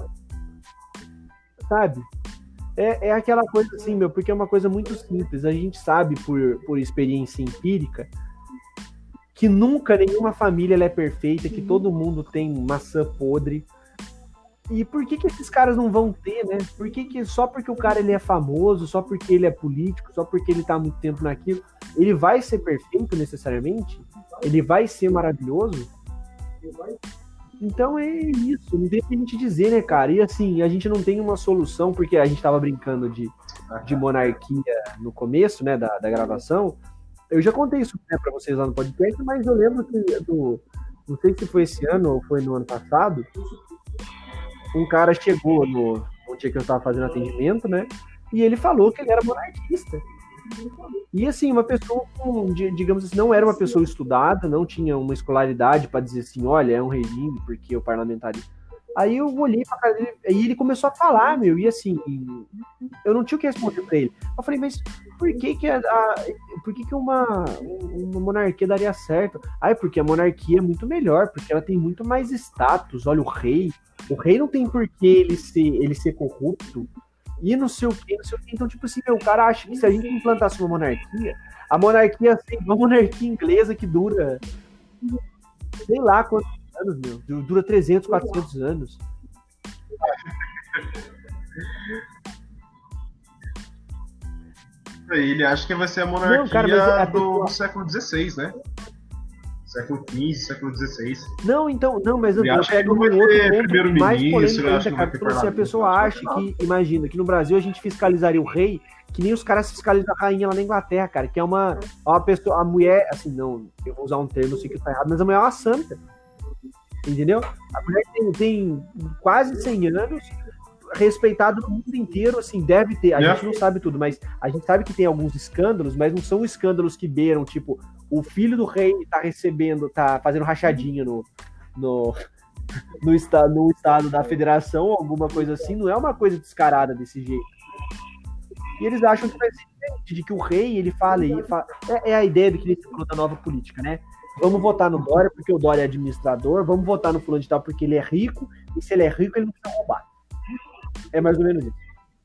sabe? É aquela coisa assim, porque é uma coisa muito simples. A gente sabe, por experiência empírica, que nunca nenhuma família ela é perfeita, que todo mundo tem maçã podre. E por que esses caras não vão ter, né? Por que só porque o cara ele é famoso, só porque ele é político, só porque ele tá há muito tempo naquilo, ele vai ser perfeito necessariamente? Ele vai ser maravilhoso? Então é isso, não tem o que a gente dizer, né, cara? E assim, a gente não tem uma solução, porque a gente tava brincando de monarquia no começo, né, da gravação. Eu já contei isso, né, pra vocês lá no podcast, mas eu lembro que não sei se foi esse ano ou foi no ano passado, um cara chegou no dia que eu tava fazendo atendimento, né, e ele falou que ele era monarquista. E assim, uma pessoa, digamos assim, não era uma pessoa estudada, não tinha uma escolaridade para dizer assim, olha, é um regime, porque o parlamentarismo. Aí eu olhei pra cara dele, e ele começou a falar, e assim, eu não tinha o que responder pra ele. Eu falei, mas por que uma monarquia daria certo? Porque a monarquia é muito melhor, porque ela tem muito mais status. Olha, o rei não tem por que ele ser corrupto. E não sei o que. Então, tipo assim, o cara acha que se a gente implantasse uma monarquia, a monarquia ia ser uma monarquia inglesa que dura sei lá quantos anos, meu. Dura 300, 400 anos. Ele acha que vai ser a monarquia Não, cara, do século XVI, né? Século XV, século XVI. Não, então, não, mas eu pego um outro ponto mais polêmico ainda, cara, porque assim, a pessoa acha que, imagina, que no Brasil a gente fiscalizaria o rei, que nem os caras fiscalizam a rainha lá na Inglaterra, cara, que é uma pessoa, a mulher, assim, não, eu vou usar um termo, sei que tá errado, mas a mulher é uma santa, entendeu? A mulher tem quase 100 anos, respeitado no mundo inteiro, assim, deve ter, a gente não sabe tudo, mas a gente sabe que tem alguns escândalos, mas não são escândalos que beiram, tipo, o filho do rei tá fazendo rachadinha no estado da federação, alguma coisa assim, não é uma coisa descarada desse jeito. E eles acham que vai ser diferente, de que o rei, ele fala é a ideia do que ele falou da nova política, né? Vamos votar no Dória porque o Dória é administrador, vamos votar no fulano de tal porque ele é rico, e se ele é rico, ele não precisa roubar. É mais ou menos isso.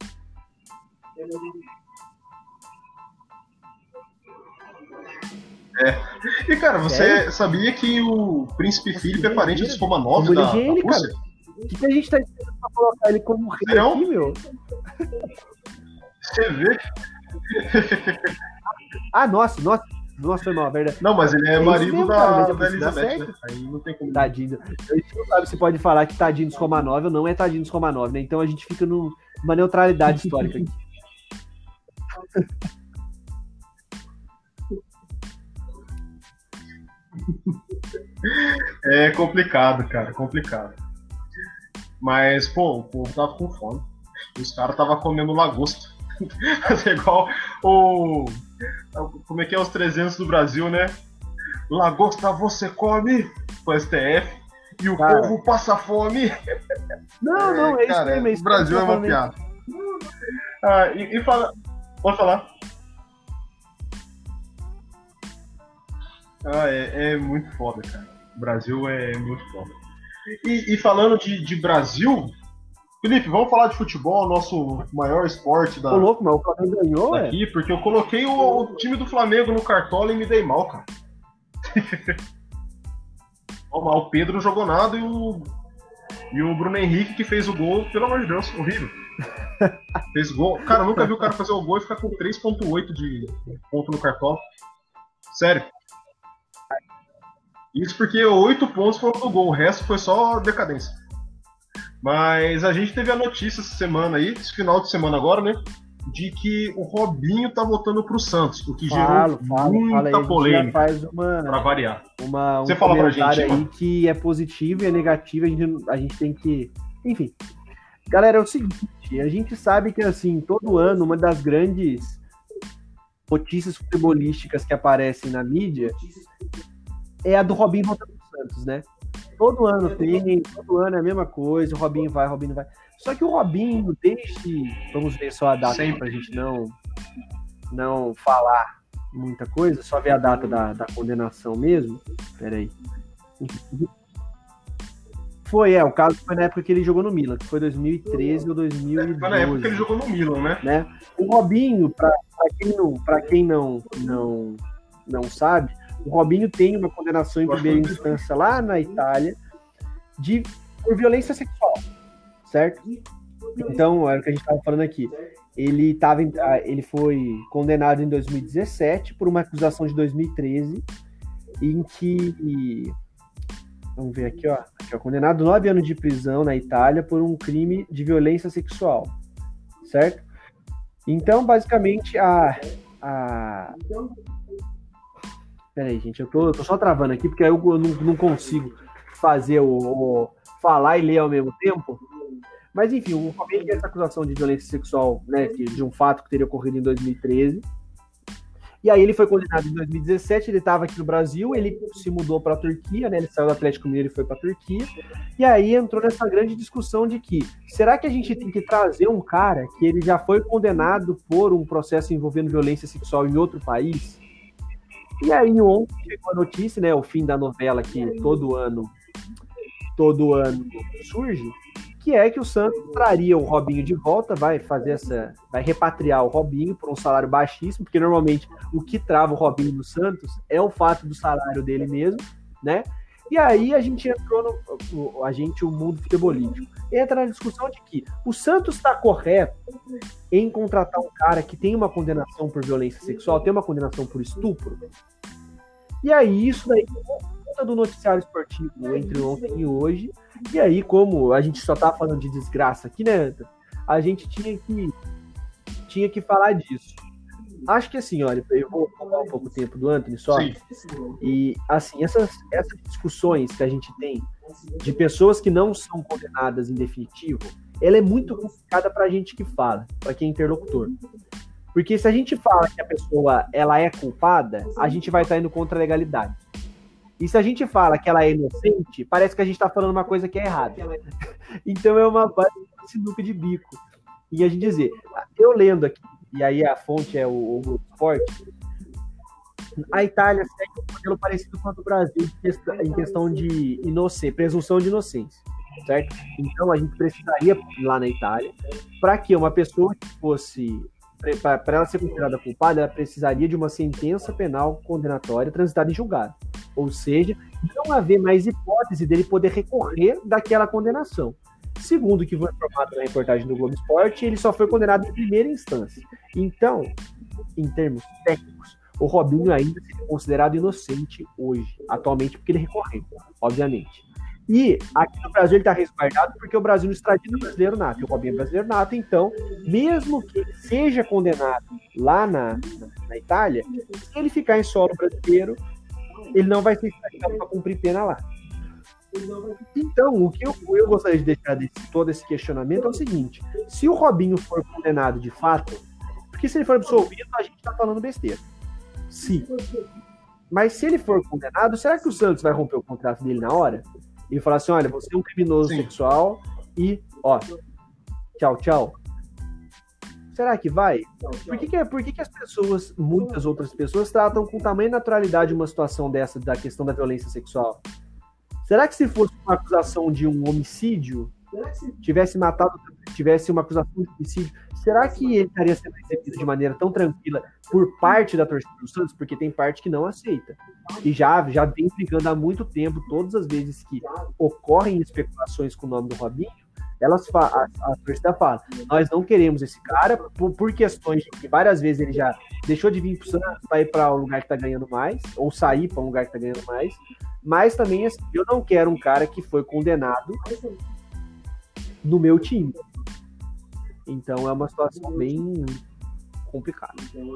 E, cara, você sabia que o príncipe Filipe é parente dos Romanov da Rússia? O que a gente tá esperando pra colocar ele como rei aqui, meu? Você vê? Nossa, foi mal, verdade. Não, mas ele é marido mesmo, da Elizabeth, né? Aí não tem como. Tadinho. A gente não sabe se pode falar que tadinho dos Romanov ou não é tadinho dos Romanov, né? Então a gente fica numa neutralidade histórica aqui. É complicado, cara, complicado. Mas, pô, o povo tava com fome. Os caras tava comendo lagosta. É igual como é que é os 300 do Brasil, né? Lagosta você come com o STF e o povo passa fome. Não, é isso cara, mesmo. O Brasil é uma piada. E fala... Pode falar. É muito foda, cara. O Brasil é muito foda. E falando de Brasil... Felipe, vamos falar de futebol, nosso maior esporte da. Ô, louco, mas o Flamengo ganhou, daqui, porque eu coloquei o time do Flamengo no Cartola e me dei mal, cara. O Pedro não jogou nada e o Bruno Henrique que fez o gol, pelo amor de Deus, horrível. Fez gol. Cara, eu nunca vi o cara fazer o gol e ficar com 3.8 de ponto no Cartola. Sério. Isso porque 8 pontos foram do gol, o resto foi só decadência. Mas a gente teve a notícia essa semana aí, esse final de semana agora, né? De que o Robinho tá voltando pro Santos, o que gerou muita polêmica. Faz pra variar. Você fala pra gente aí que é positivo e é negativo, a gente tem que... Enfim. Galera, é o seguinte, a gente sabe que, assim, todo ano, uma das grandes notícias futebolísticas que aparecem na mídia é a do Robinho voltando pro Santos, né? Todo ano é a mesma coisa, o Robinho vai. Só que o Robinho, vamos ver só a data pra gente não falar muita coisa, só ver a data da condenação mesmo. Peraí. O caso foi na época que ele jogou no Milan, que foi 2013 ou 2012. Foi na época que ele jogou no Milan, né? O Robinho, pra quem não sabe, o Robinho tem uma condenação em primeira instância lá na Itália por violência sexual, certo? Então, era o que a gente estava falando aqui. Ele foi condenado em 2017 por uma acusação de 2013, em que... Vamos ver aqui, ó. Condenado a 9 anos de prisão na Itália por um crime de violência sexual, certo? Então, basicamente, Peraí, gente, eu tô só travando aqui, porque aí eu não consigo fazer falar e ler ao mesmo tempo. Mas, enfim, o Robinho tem essa acusação de violência sexual, né, de um fato que teria ocorrido em 2013. E aí ele foi condenado em 2017, ele estava aqui no Brasil, ele se mudou para a Turquia, né, ele saiu do Atlético Mineiro e foi para a Turquia. E aí entrou nessa grande discussão de que, será que a gente tem que trazer um cara que ele já foi condenado por um processo envolvendo violência sexual em outro país? E aí ontem chegou a notícia, né, o fim da novela que todo ano surge, que é que o Santos traria o Robinho de volta, vai repatriar o Robinho por um salário baixíssimo, porque normalmente o que trava o Robinho no Santos é o fato do salário dele mesmo, né? E aí a gente entrou o mundo futebolístico, entra na discussão de que o Santos está correto em contratar um cara que tem uma condenação por violência sexual, tem uma condenação por estupro. E aí isso daí por conta do noticiário esportivo entre ontem e hoje. E aí, como a gente só tá falando de desgraça aqui, né, Anta? A gente tinha que falar disso. Acho que assim, olha, eu vou roubar um pouco o tempo do Anthony só. Sim. E assim, essas discussões que a gente tem de pessoas que não são condenadas em definitivo, ela é muito complicada pra gente que fala, pra quem é interlocutor. Porque se a gente fala que a pessoa ela é culpada, a gente vai estar indo contra a legalidade. E se a gente fala que ela é inocente, parece que a gente está falando uma coisa que é errada. Então é uma sinuca de bico. E a gente dizer, eu lendo aqui, e aí a fonte é o Globo Esporte, a Itália segue um modelo parecido com o do Brasil em questão de presunção de inocência, certo? Então a gente precisaria, lá na Itália, para que uma pessoa que fosse... Para ela ser considerada culpada, ela precisaria de uma sentença penal condenatória transitada em julgado. Ou seja, não haver mais hipótese dele poder recorrer daquela condenação. Segundo o que foi informado na reportagem do Globo Esporte, ele só foi condenado em primeira instância. Então, em termos técnicos, o Robinho ainda é considerado inocente hoje, atualmente, porque ele recorreu, obviamente. E aqui no Brasil ele está resguardado porque o Brasil não extradita brasileiro nato. E o Robinho é brasileiro nato, então, mesmo que ele seja condenado lá na Itália, se ele ficar em solo brasileiro, ele não vai ser extraditado para cumprir pena lá. Então, o que eu gostaria de deixar todo esse questionamento é o seguinte: se o Robinho for condenado de fato, porque se ele for absolvido, a gente está falando besteira. Sim. Mas se ele for condenado, será que o Santos vai romper o contrato dele na hora? E falar assim, olha, você é um criminoso sexual e, ó, tchau, tchau. Será que vai? Por que as pessoas, muitas outras pessoas, tratam com tamanha naturalidade uma situação dessa, da questão da violência sexual? Será que se fosse uma acusação de um homicídio, tivesse uma acusação de homicídio, será que ele estaria sendo recebido de maneira tão tranquila por parte da torcida do Santos? Porque tem parte que não aceita. E já vem ficando há muito tempo, todas as vezes que ocorrem especulações com o nome do Robinho, a torcida fala, nós não queremos esse cara por questões de que várias vezes ele já deixou de vir para o Santos para ir para um lugar que está ganhando mais, ou sair para um lugar que está ganhando mais, mas também assim, eu não quero um cara que foi condenado no meu time. Então é uma situação bem complicada.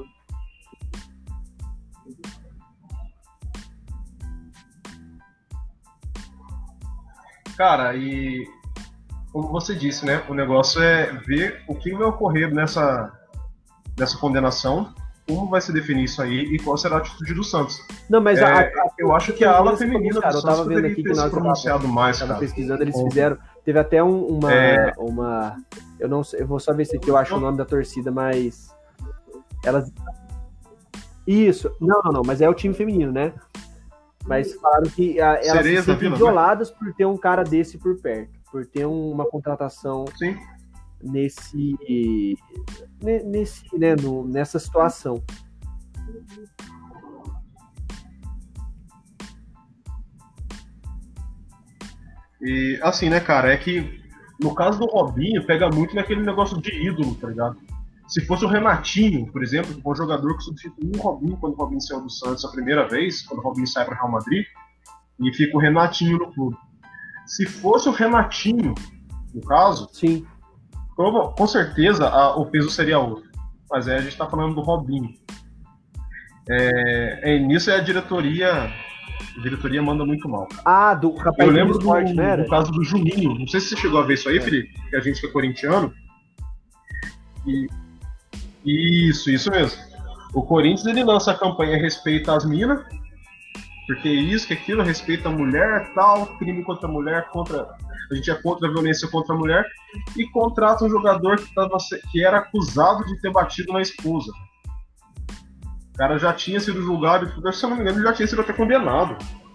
Cara, e como você disse, né? O negócio é ver o que vai ocorrer nessa condenação, como vai se definir isso aí e qual será a atitude do Santos. Não, mas eu acho que a ala feminina do Santos tava vendo aqui que nós pronunciado mais, cara. Pesquisando, eles fizeram, teve até uma eu não sei, eu vou só ver se aqui eu acho o nome da torcida, mas elas isso, não, mas é o time feminino, né? Mas falaram que elas se sentem violadas por ter um cara desse por perto, por ter uma contratação nessa situação. E assim, né, cara, é que no caso do Robinho, pega muito naquele negócio de ídolo, tá ligado? Se fosse o Renatinho, por exemplo, que foi um jogador que substituiu o Robinho quando o Robinho saiu do Santos a primeira vez, quando o Robinho sai para o Real Madrid, e fica o Renatinho no clube. Se fosse o Renatinho, no caso, sim, com certeza o peso seria outro. Mas a gente está falando do Robinho. Nisso a diretoria manda muito mal. Do rapaz. Eu lembro do caso do Juninho. Não sei se você chegou a ver isso aí, Felipe, que a gente que é corintiano. Isso mesmo. O Corinthians ele lança a campanha Respeita as Minas, porque isso, que aquilo, respeita a mulher, tal, crime contra a mulher, a gente é contra a violência contra a mulher, e contrata um jogador que era acusado de ter batido na esposa. O cara já tinha sido julgado, se eu não me engano, ele já tinha sido até condenado.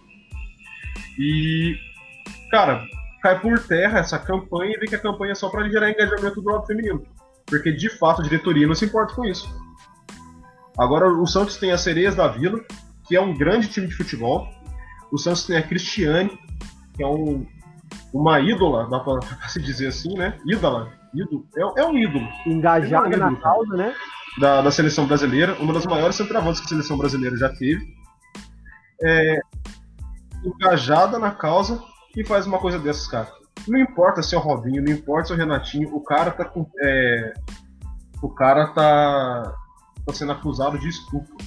E, cara, cai por terra essa campanha e vê que a campanha é só para gerar engajamento do lado feminino. Porque, de fato, a diretoria não se importa com isso. Agora, o Santos tem as Sereias da Vila, que é um grande time de futebol. O Santos tem a Cristiane, que é uma ídola, dá pra se dizer assim, né? Ídola. É um ídolo. Engajada na causa, né? Da seleção brasileira, uma das maiores centroavantes que a seleção brasileira já teve. Engajada na causa e faz uma coisa dessas, cara. Não importa se é o Robinho, não importa se é o Renatinho, o cara tá sendo acusado de estupro.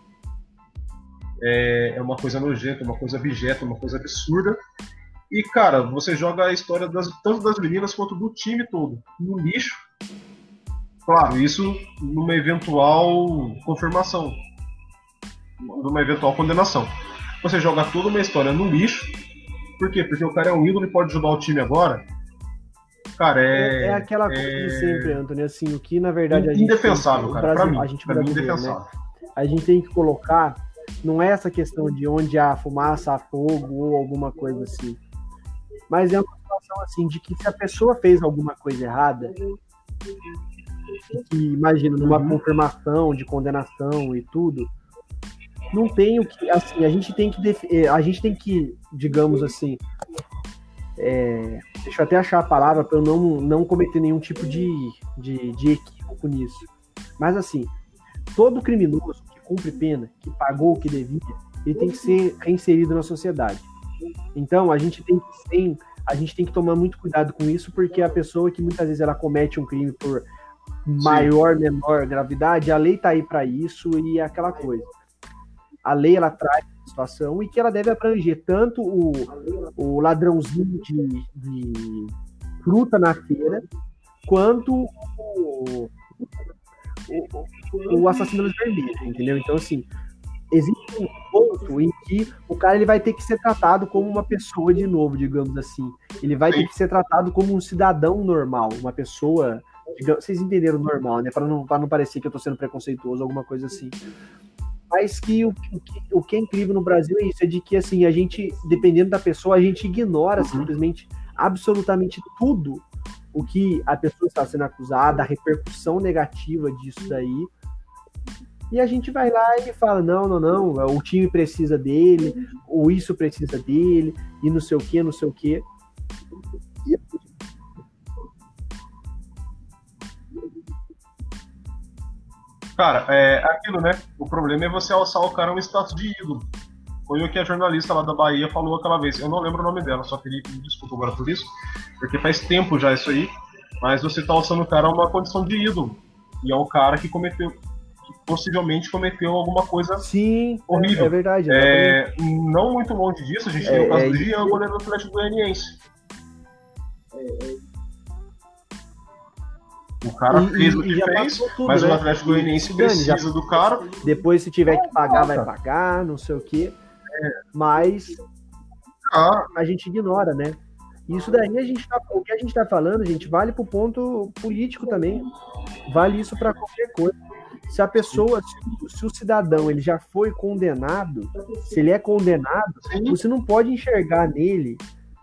É uma coisa nojenta, uma coisa abjeta, uma coisa absurda. E, cara, você joga a história tanto das meninas quanto do time todo no lixo. Claro, isso numa eventual confirmação, numa eventual condenação. Você joga toda uma história no lixo. Por quê? Porque o cara é um ídolo e pode ajudar o time agora. Cara, é aquela coisa de sempre, Antônio, assim, o que na verdade a gente indefensável, cara, pra mim, indefensável. Né? A gente tem que colocar, não é essa questão de onde há fumaça, há fogo ou alguma coisa assim, mas é uma situação assim, de que se a pessoa fez alguma coisa errada, que imagina, numa confirmação de condenação e tudo, não tem o que, assim, a gente tem que, digamos assim, deixa eu até achar a palavra para eu não cometer nenhum tipo de equívoco nisso. Mas assim, todo criminoso que cumpre pena, que pagou o que devia, ele tem que ser reinserido na sociedade. Então a gente tem que tomar muito cuidado com isso, porque a pessoa que muitas vezes ela comete um crime por maior, menor gravidade, a lei tá aí para isso e é aquela coisa. A lei ela traz a situação e que ela deve abranger tanto o ladrãozinho de fruta na feira, quanto o assassino das vermelhas, entendeu? Então, assim, existe um ponto em que o cara ele vai ter que ser tratado como uma pessoa de novo, digamos assim. Ele vai ter que ser tratado como um cidadão normal, uma pessoa, digamos, vocês entenderam normal, né? Para não parecer que eu tô sendo preconceituoso, alguma coisa assim. Mas que o que é incrível no Brasil é isso, é de que, assim, a gente, dependendo da pessoa, a gente ignora simplesmente absolutamente tudo o que a pessoa está sendo acusada, a repercussão negativa disso daí, e a gente vai lá e fala, não, o time precisa dele, ou isso precisa dele, e não sei o quê. Cara, aquilo, né? O problema é você alçar o cara a um status de ídolo. Foi o que a jornalista lá da Bahia falou aquela vez. Eu não lembro o nome dela, só queria que me desculpa agora por isso, porque faz tempo já isso aí. Mas você tá alçando o cara a uma condição de ídolo. E é um cara que possivelmente cometeu alguma coisa horrível. É verdade. Não muito longe disso, a gente tem o caso do Jean, goleiro do Atlético Goianiense. O cara fez o que fez, tudo, mas né? O Atlético Goianiense precisa do cara. Depois, se tiver que pagar, vai pagar, não sei o quê. Mas a gente ignora, né? Isso daí, o que a gente tá falando, gente, vale pro ponto político também. Vale isso para qualquer coisa. Se a pessoa, se o cidadão ele já foi condenado, se ele é condenado, você não pode enxergar nele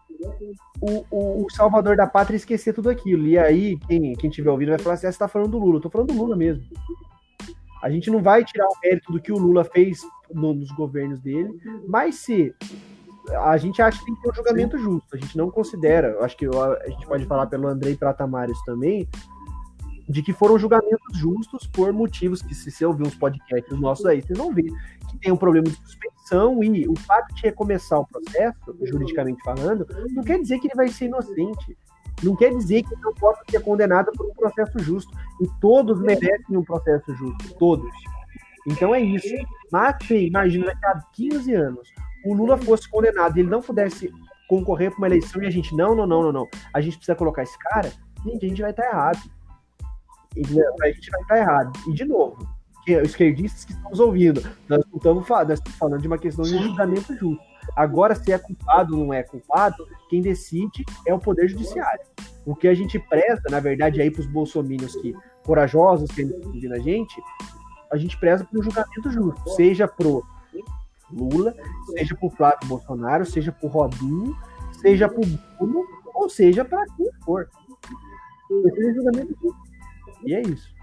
o salvador da pátria esquecer tudo aquilo. E aí, quem estiver ouvindo vai falar assim, você tá falando do Lula. Eu tô falando do Lula mesmo. A gente não vai tirar o mérito do que o Lula fez nos governos dele, mas se a gente acha que tem que ter um julgamento justo, a gente não considera, acho que a gente pode falar pelo Andrei Pratamares também, de que foram julgamentos justos por motivos que, se você ouvir uns podcasts nossos aí, vocês vão ver que tem um problema de suspensão, e o fato de recomeçar o processo, juridicamente falando, não quer dizer que ele vai ser inocente. Não quer dizer que ele não possa ser condenado por um processo justo. E todos merecem um processo justo. Todos. Então é isso. Mas, imagina, daqui a 15 anos, o Lula fosse condenado e ele não pudesse concorrer para uma eleição e a gente, não. A gente precisa colocar esse cara. Gente, a gente vai estar errado. A gente vai estar errado. E, de novo, os esquerdistas que estamos ouvindo, nós estamos falando de uma questão de julgamento justo. Agora, se é culpado ou não é culpado, quem decide é o Poder Judiciário. O que a gente preza, na verdade, aí para os bolsominions corajosos que estão ouvindo a gente preza por um julgamento justo, seja pro Lula, seja pro Flávio Bolsonaro, seja pro Robinho, seja pro Bruno, ou seja para quem for. Esse é um julgamento justo. E é isso.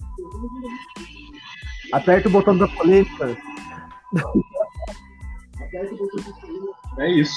Aperta o botão da polêmica. É isso.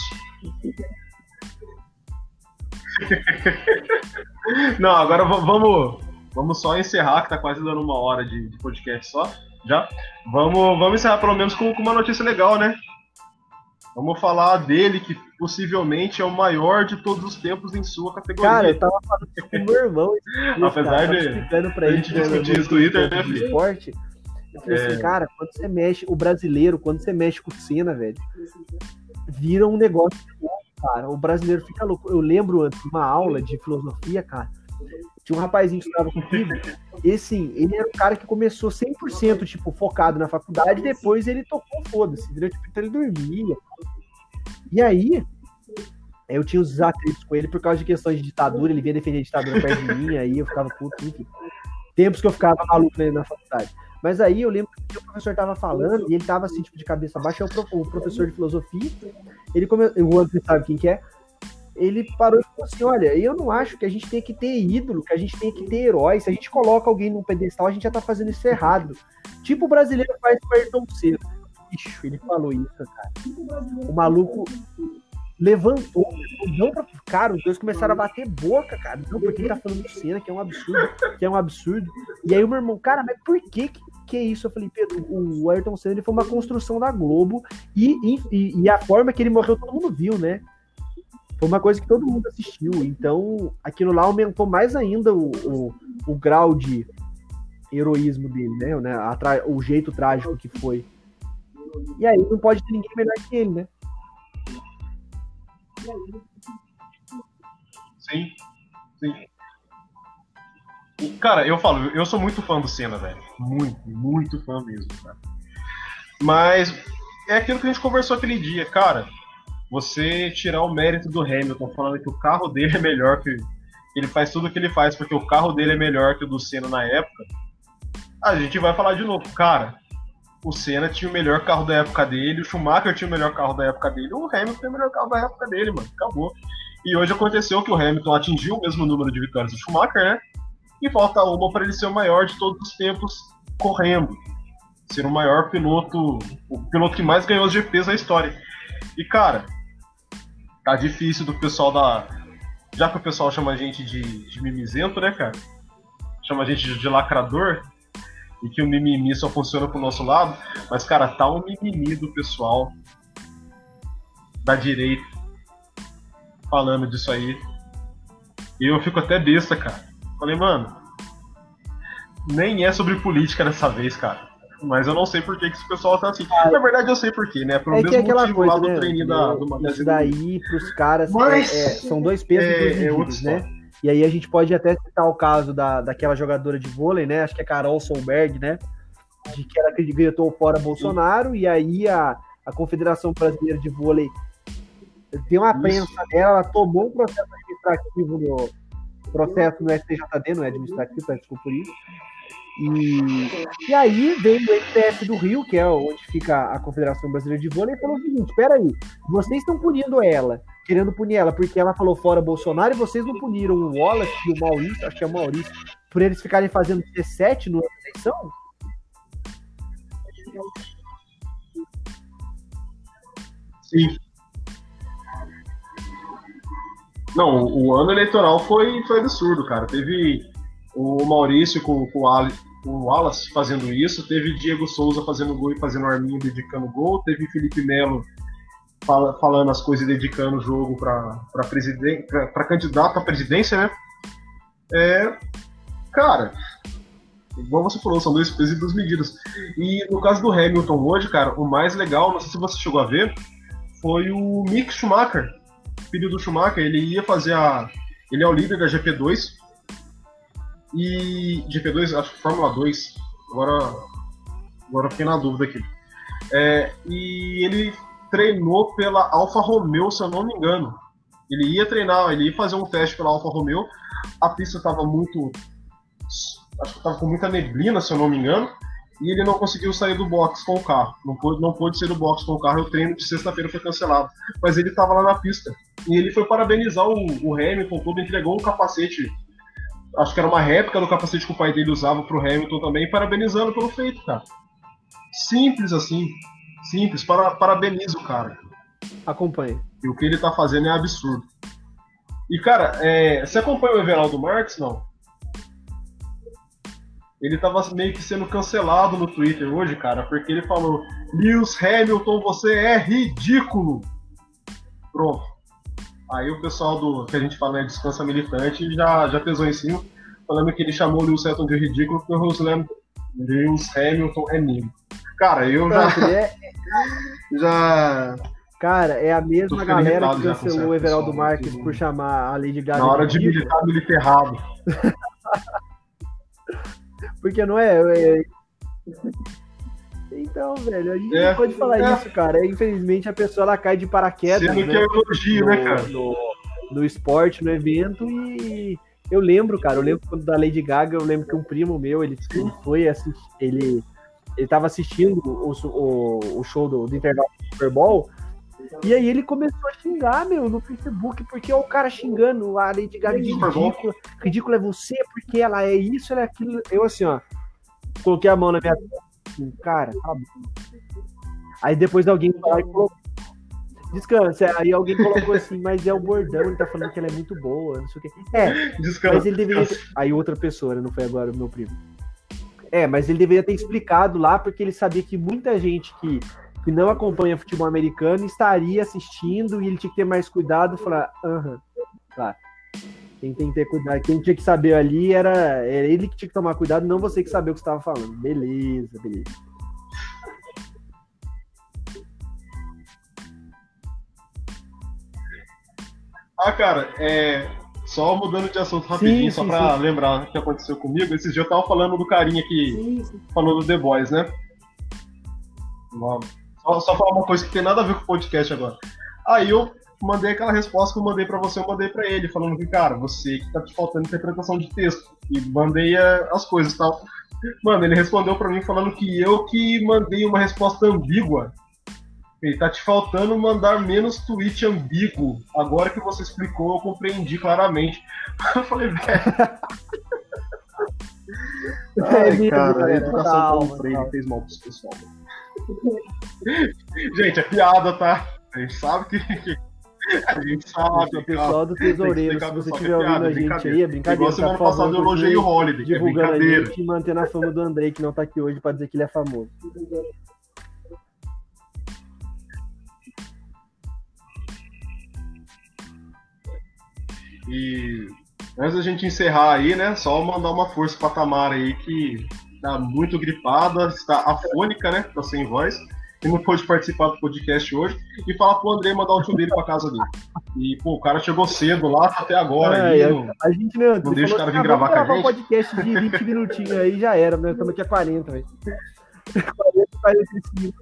Não, agora vamos só encerrar, que tá quase dando 1 hora de podcast só. Já. Vamos encerrar pelo menos com uma notícia legal, né? Vamos falar dele, que possivelmente é o maior de todos os tempos em sua categoria. Cara, eu tava falando com o meu irmão. Apesar de explicando pra ele a gente discutir isso no Twitter, né, filho? Esporte, eu falei assim, cara, quando você mexe, o brasileiro, quando você mexe com cena, velho, vira um negócio louco, cara. O brasileiro fica louco. Eu lembro antes de uma aula de filosofia, cara, tinha um rapazinho que estava comigo, e assim, ele era um cara que começou 100%, tipo, focado na faculdade, e depois ele tocou foda-se, durante o tempo ele dormia. E aí, eu tinha os atritos com ele por causa de questões de ditadura, ele vinha defender a ditadura perto de mim, aí eu ficava puto, enfim. Tempos que eu ficava maluco na faculdade. Mas aí eu lembro que o professor tava falando, e ele tava assim, tipo, de cabeça baixa, é o professor de filosofia, o André sabe quem que é, ele parou e falou assim, olha, eu não acho que a gente tem que ter ídolo, que a gente tem que ter heróis, se a gente coloca alguém num pedestal, a gente já tá fazendo isso errado. Tipo o brasileiro faz com o Ayrton Senna. Bicho, ele falou isso, cara. O maluco levantou, não pra... Cara, os dois começaram a bater boca, cara. Não, porque ele tá falando do Senna, que é um absurdo. E aí o meu irmão, cara, mas por que é isso? Eu falei, Pedro, o Ayrton Senna ele foi uma construção da Globo e a forma que ele morreu todo mundo viu, né? Foi uma coisa que todo mundo assistiu. Então, aquilo lá aumentou mais ainda o grau de heroísmo dele, né? O jeito trágico que foi. E aí não pode ter ninguém melhor que ele, né? Sim, sim. Cara, eu sou muito fã do Senna, velho. Muito, muito fã mesmo, cara. Mas é aquilo que a gente conversou aquele dia, cara. Você tirar o mérito do Hamilton falando que o carro dele é melhor que... Ele faz tudo o que ele faz porque o carro dele é melhor que o do Senna na época. A gente vai falar de novo, cara. O Senna tinha o melhor carro da época dele, o Schumacher tinha o melhor carro da época dele, o Hamilton tem o melhor carro da época dele, mano. Acabou. E hoje aconteceu que o Hamilton atingiu o mesmo número de vitórias do Schumacher, né? E falta uma para ele ser o maior de todos os tempos correndo. Ser o maior piloto, o piloto que mais ganhou os GPs da história. E, cara, tá difícil do pessoal da... Já que o pessoal chama a gente de mimizento, né, cara? Chama a gente de lacrador. E que o mimimi só funciona pro nosso lado. Mas, cara, tá um mimimi do pessoal da direita falando disso aí. E eu fico até besta, cara. Falei, mano, nem é sobre política dessa vez, cara. Mas eu não sei por que esse pessoal tá assim. Na verdade, eu sei por quê, né? Pelo mesmo motivo coisa, lá do né? treininho do Magazine. Isso daí, pros caras, mas, são dois pesos e duas medidas, né? E aí a gente pode até citar o caso daquela jogadora de vôlei, né? Acho que é Carol Solberg, né? De que ela gritou fora Bolsonaro, e aí a Confederação Brasileira de Vôlei deu uma prensa dela, ela tomou um processo administrativo no STJD, não é administrativo, desculpa por isso. E aí veio o STF do Rio, que é onde fica a Confederação Brasileira de Vôlei, e falou o seguinte, espera aí, vocês estão punindo ela, querendo punir ela porque ela falou fora Bolsonaro, e vocês não puniram o Wallace e o Maurício, acho que é o Maurício, por eles ficarem fazendo 17 na eleição? Sim. Não, o ano eleitoral foi absurdo, cara. Teve o Maurício com o Wallace fazendo isso, teve Diego Souza fazendo gol e fazendo arminho dedicando gol, teve Felipe Melo falando as coisas e dedicando o jogo para candidato à presidência, né? Cara, igual você falou, são dois pesos e duas medidas. E no caso do Hamilton hoje, cara, o mais legal, não sei se você chegou a ver, foi o Mick Schumacher, filho do Schumacher. Ele ia fazer ele é o líder da GP2, e GP2, acho que Fórmula 2, agora eu fiquei na dúvida aqui. E ele treinou pela Alfa Romeo, se eu não me engano. Ele ia treinar, ele ia fazer um teste pela Alfa Romeo, a pista estava acho que estava com muita neblina, se eu não me engano, e ele não conseguiu sair do box com o carro. Não pôde sair do box com o carro, o treino de sexta-feira foi cancelado. Mas ele estava lá na pista. E ele foi parabenizar o Hamilton, todo, entregou um capacete, acho que era uma réplica do capacete que o pai dele usava pro Hamilton também, parabenizando pelo feito, cara. Simples assim. Simples, parabenizo o cara. Acompanhe. E o que ele tá fazendo é absurdo. E, cara, você acompanha o Everaldo Marques, não? Ele tava meio que sendo cancelado no Twitter hoje, cara, porque ele falou: Lewis Hamilton, você é ridículo. Pronto. Aí o pessoal que a gente fala, né, Descansa Militante, já pesou em cima, falando que ele chamou o Lewis Hamilton de ridículo porque o Lewis Hamilton é negro. Cara, eu já... Cara, é a mesma galera que cancelou o Everaldo Marques por chamar a Lady Gaga. Na hora de militar, milita errado. Porque não é... Então, velho, a gente não pode falar isso, cara. Infelizmente, a pessoa ela cai de paraquedas, sendo que é elogio, né, cara? No esporte, no evento, e eu lembro quando da Lady Gaga, eu lembro que um primo meu, ele foi assistir, ele tava assistindo o show do intervalo do Super Bowl, e aí ele começou a xingar, no Facebook, porque o cara xingando a Lady Gaga de ridícula é você, porque ela é isso, ela é aquilo. Eu assim, ó, coloquei a mão na minha cara, aí depois alguém falou e colocou, descansa, aí alguém colocou assim, mas é o bordão, ele tá falando que ela é muito boa, não sei o que. Descansa, mas ele deveria ter... Aí outra pessoa, não foi agora o meu primo. Mas ele deveria ter explicado lá, porque ele sabia que muita gente que não acompanha futebol americano estaria assistindo e ele tinha que ter mais cuidado, falar, claro. Quem tem que ter cuidado, quem tinha que saber ali era ele que tinha que tomar cuidado, não você que sabia o que você estava falando. Beleza. Cara, só mudando de assunto rapidinho, só pra lembrar o que aconteceu comigo. Esses dias eu tava falando do carinha que falou do The Boys, né? Só falar uma coisa que tem nada a ver com o podcast agora. Aí eu mandei aquela resposta que eu mandei pra você, eu mandei pra ele, falando que, cara, você que tá te faltando interpretação de texto. E mandei as coisas e tal. Mano, ele respondeu pra mim falando que eu que mandei uma resposta ambígua. Ele tá te faltando mandar menos tweet ambíguo. Agora que você explicou, eu compreendi claramente. Eu falei, velho. Cara, a educação com o Freire fez mal pro pessoal. Gente, é piada, tá? A gente sabe que. A gente sabe. O pessoal do Tesoureiro, se você estiver ouvindo a gente aí, é brincadeira. Igual semana passada eu elogiei o Holiday, divulgando a gente e mantendo a fama do Andrei, que não tá aqui hoje, pra dizer que ele é famoso. E antes da gente encerrar aí, né, só mandar uma força pra Tamara aí, que tá muito gripada, está afônica, né, tá sem voz, e não pôde participar do podcast hoje, e falar pro André mandar o tio dele pra casa dele. E, pô, o cara chegou cedo lá, até agora. Aí, a gente não deixa o cara vir gravar com a gente. Um podcast de 20 minutinhos aí, já era, né, estamos aqui a 40, velho. 45.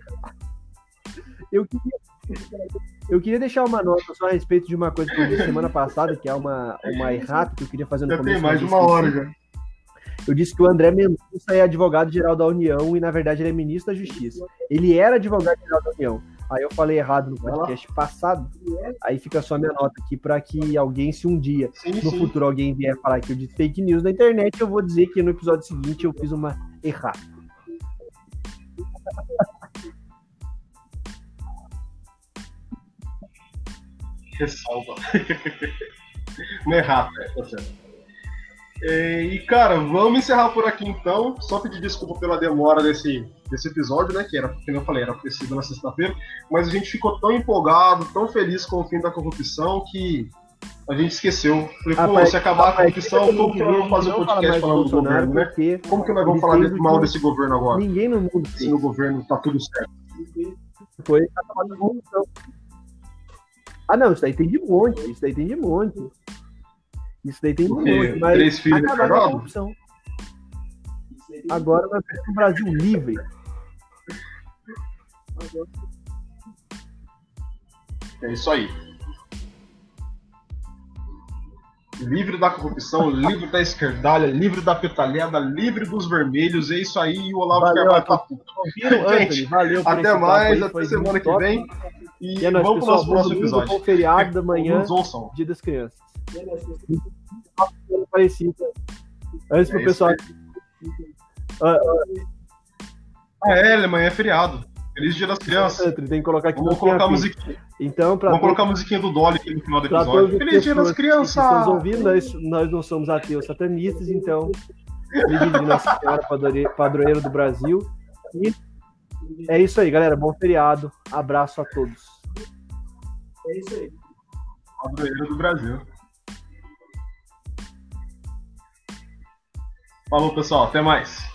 Eu queria deixar uma nota só a respeito de uma coisa que eu disse semana passada, que é uma errata que eu queria fazer no começo. Já tem mais de uma hora já. Eu disse que o André Mendonça é advogado-geral da União e, na verdade, ele é ministro da Justiça. Ele era advogado-geral da União. Aí eu falei errado no podcast passado. Aí fica só minha nota aqui para que alguém, se um dia, no futuro, alguém vier falar que eu disse fake news na internet, eu vou dizer que no episódio seguinte eu fiz uma errata. Ressalva. Não é errado, tá certo. E, cara, vamos encerrar por aqui então. Só pedir desculpa pela demora desse episódio, né? Que era, como eu falei, era preciso na sexta-feira. Mas a gente ficou tão empolgado, tão feliz com o fim da corrupção que a gente esqueceu. Falei, pô, se acabar a corrupção, como que nós vamos fazer o podcast falando do governo, né? Como que nós vamos falar mal desse governo agora? Ninguém no mundo. Se no governo tá tudo certo. Foi acabando a corrupção. Não, isso daí tem de monte. Isso daí tem de monte. Mas 3 filhos acabar a corrupção. Agora nós temos um Brasil livre. É isso aí. Livre da corrupção, livre da esquerdalha, livre da petalhada, livre dos vermelhos. É isso aí. E o Olavo de Carvalho tá puto. Gente, valeu até mais. Até semana que vem. E vamos para o nosso próximo episódio. Com o feriado da manhã, Dia das Crianças. Antes pro pessoal. Amanhã é feriado. Feliz Dia das Crianças. Tem que colocar aqui. Vamos colocar a musiquinha. Então, Vamos colocar a musiquinha do Dolly aqui no final do episódio. Feliz Dia das Crianças! Estamos ouvindo, nós não somos ateus satanistas, então, feliz dia de Nossa Senhora, padroeira do Brasil. E é isso aí, galera. Bom feriado. Abraço a todos. É isso aí. Padroeira do Brasil. Falou, pessoal. Até mais.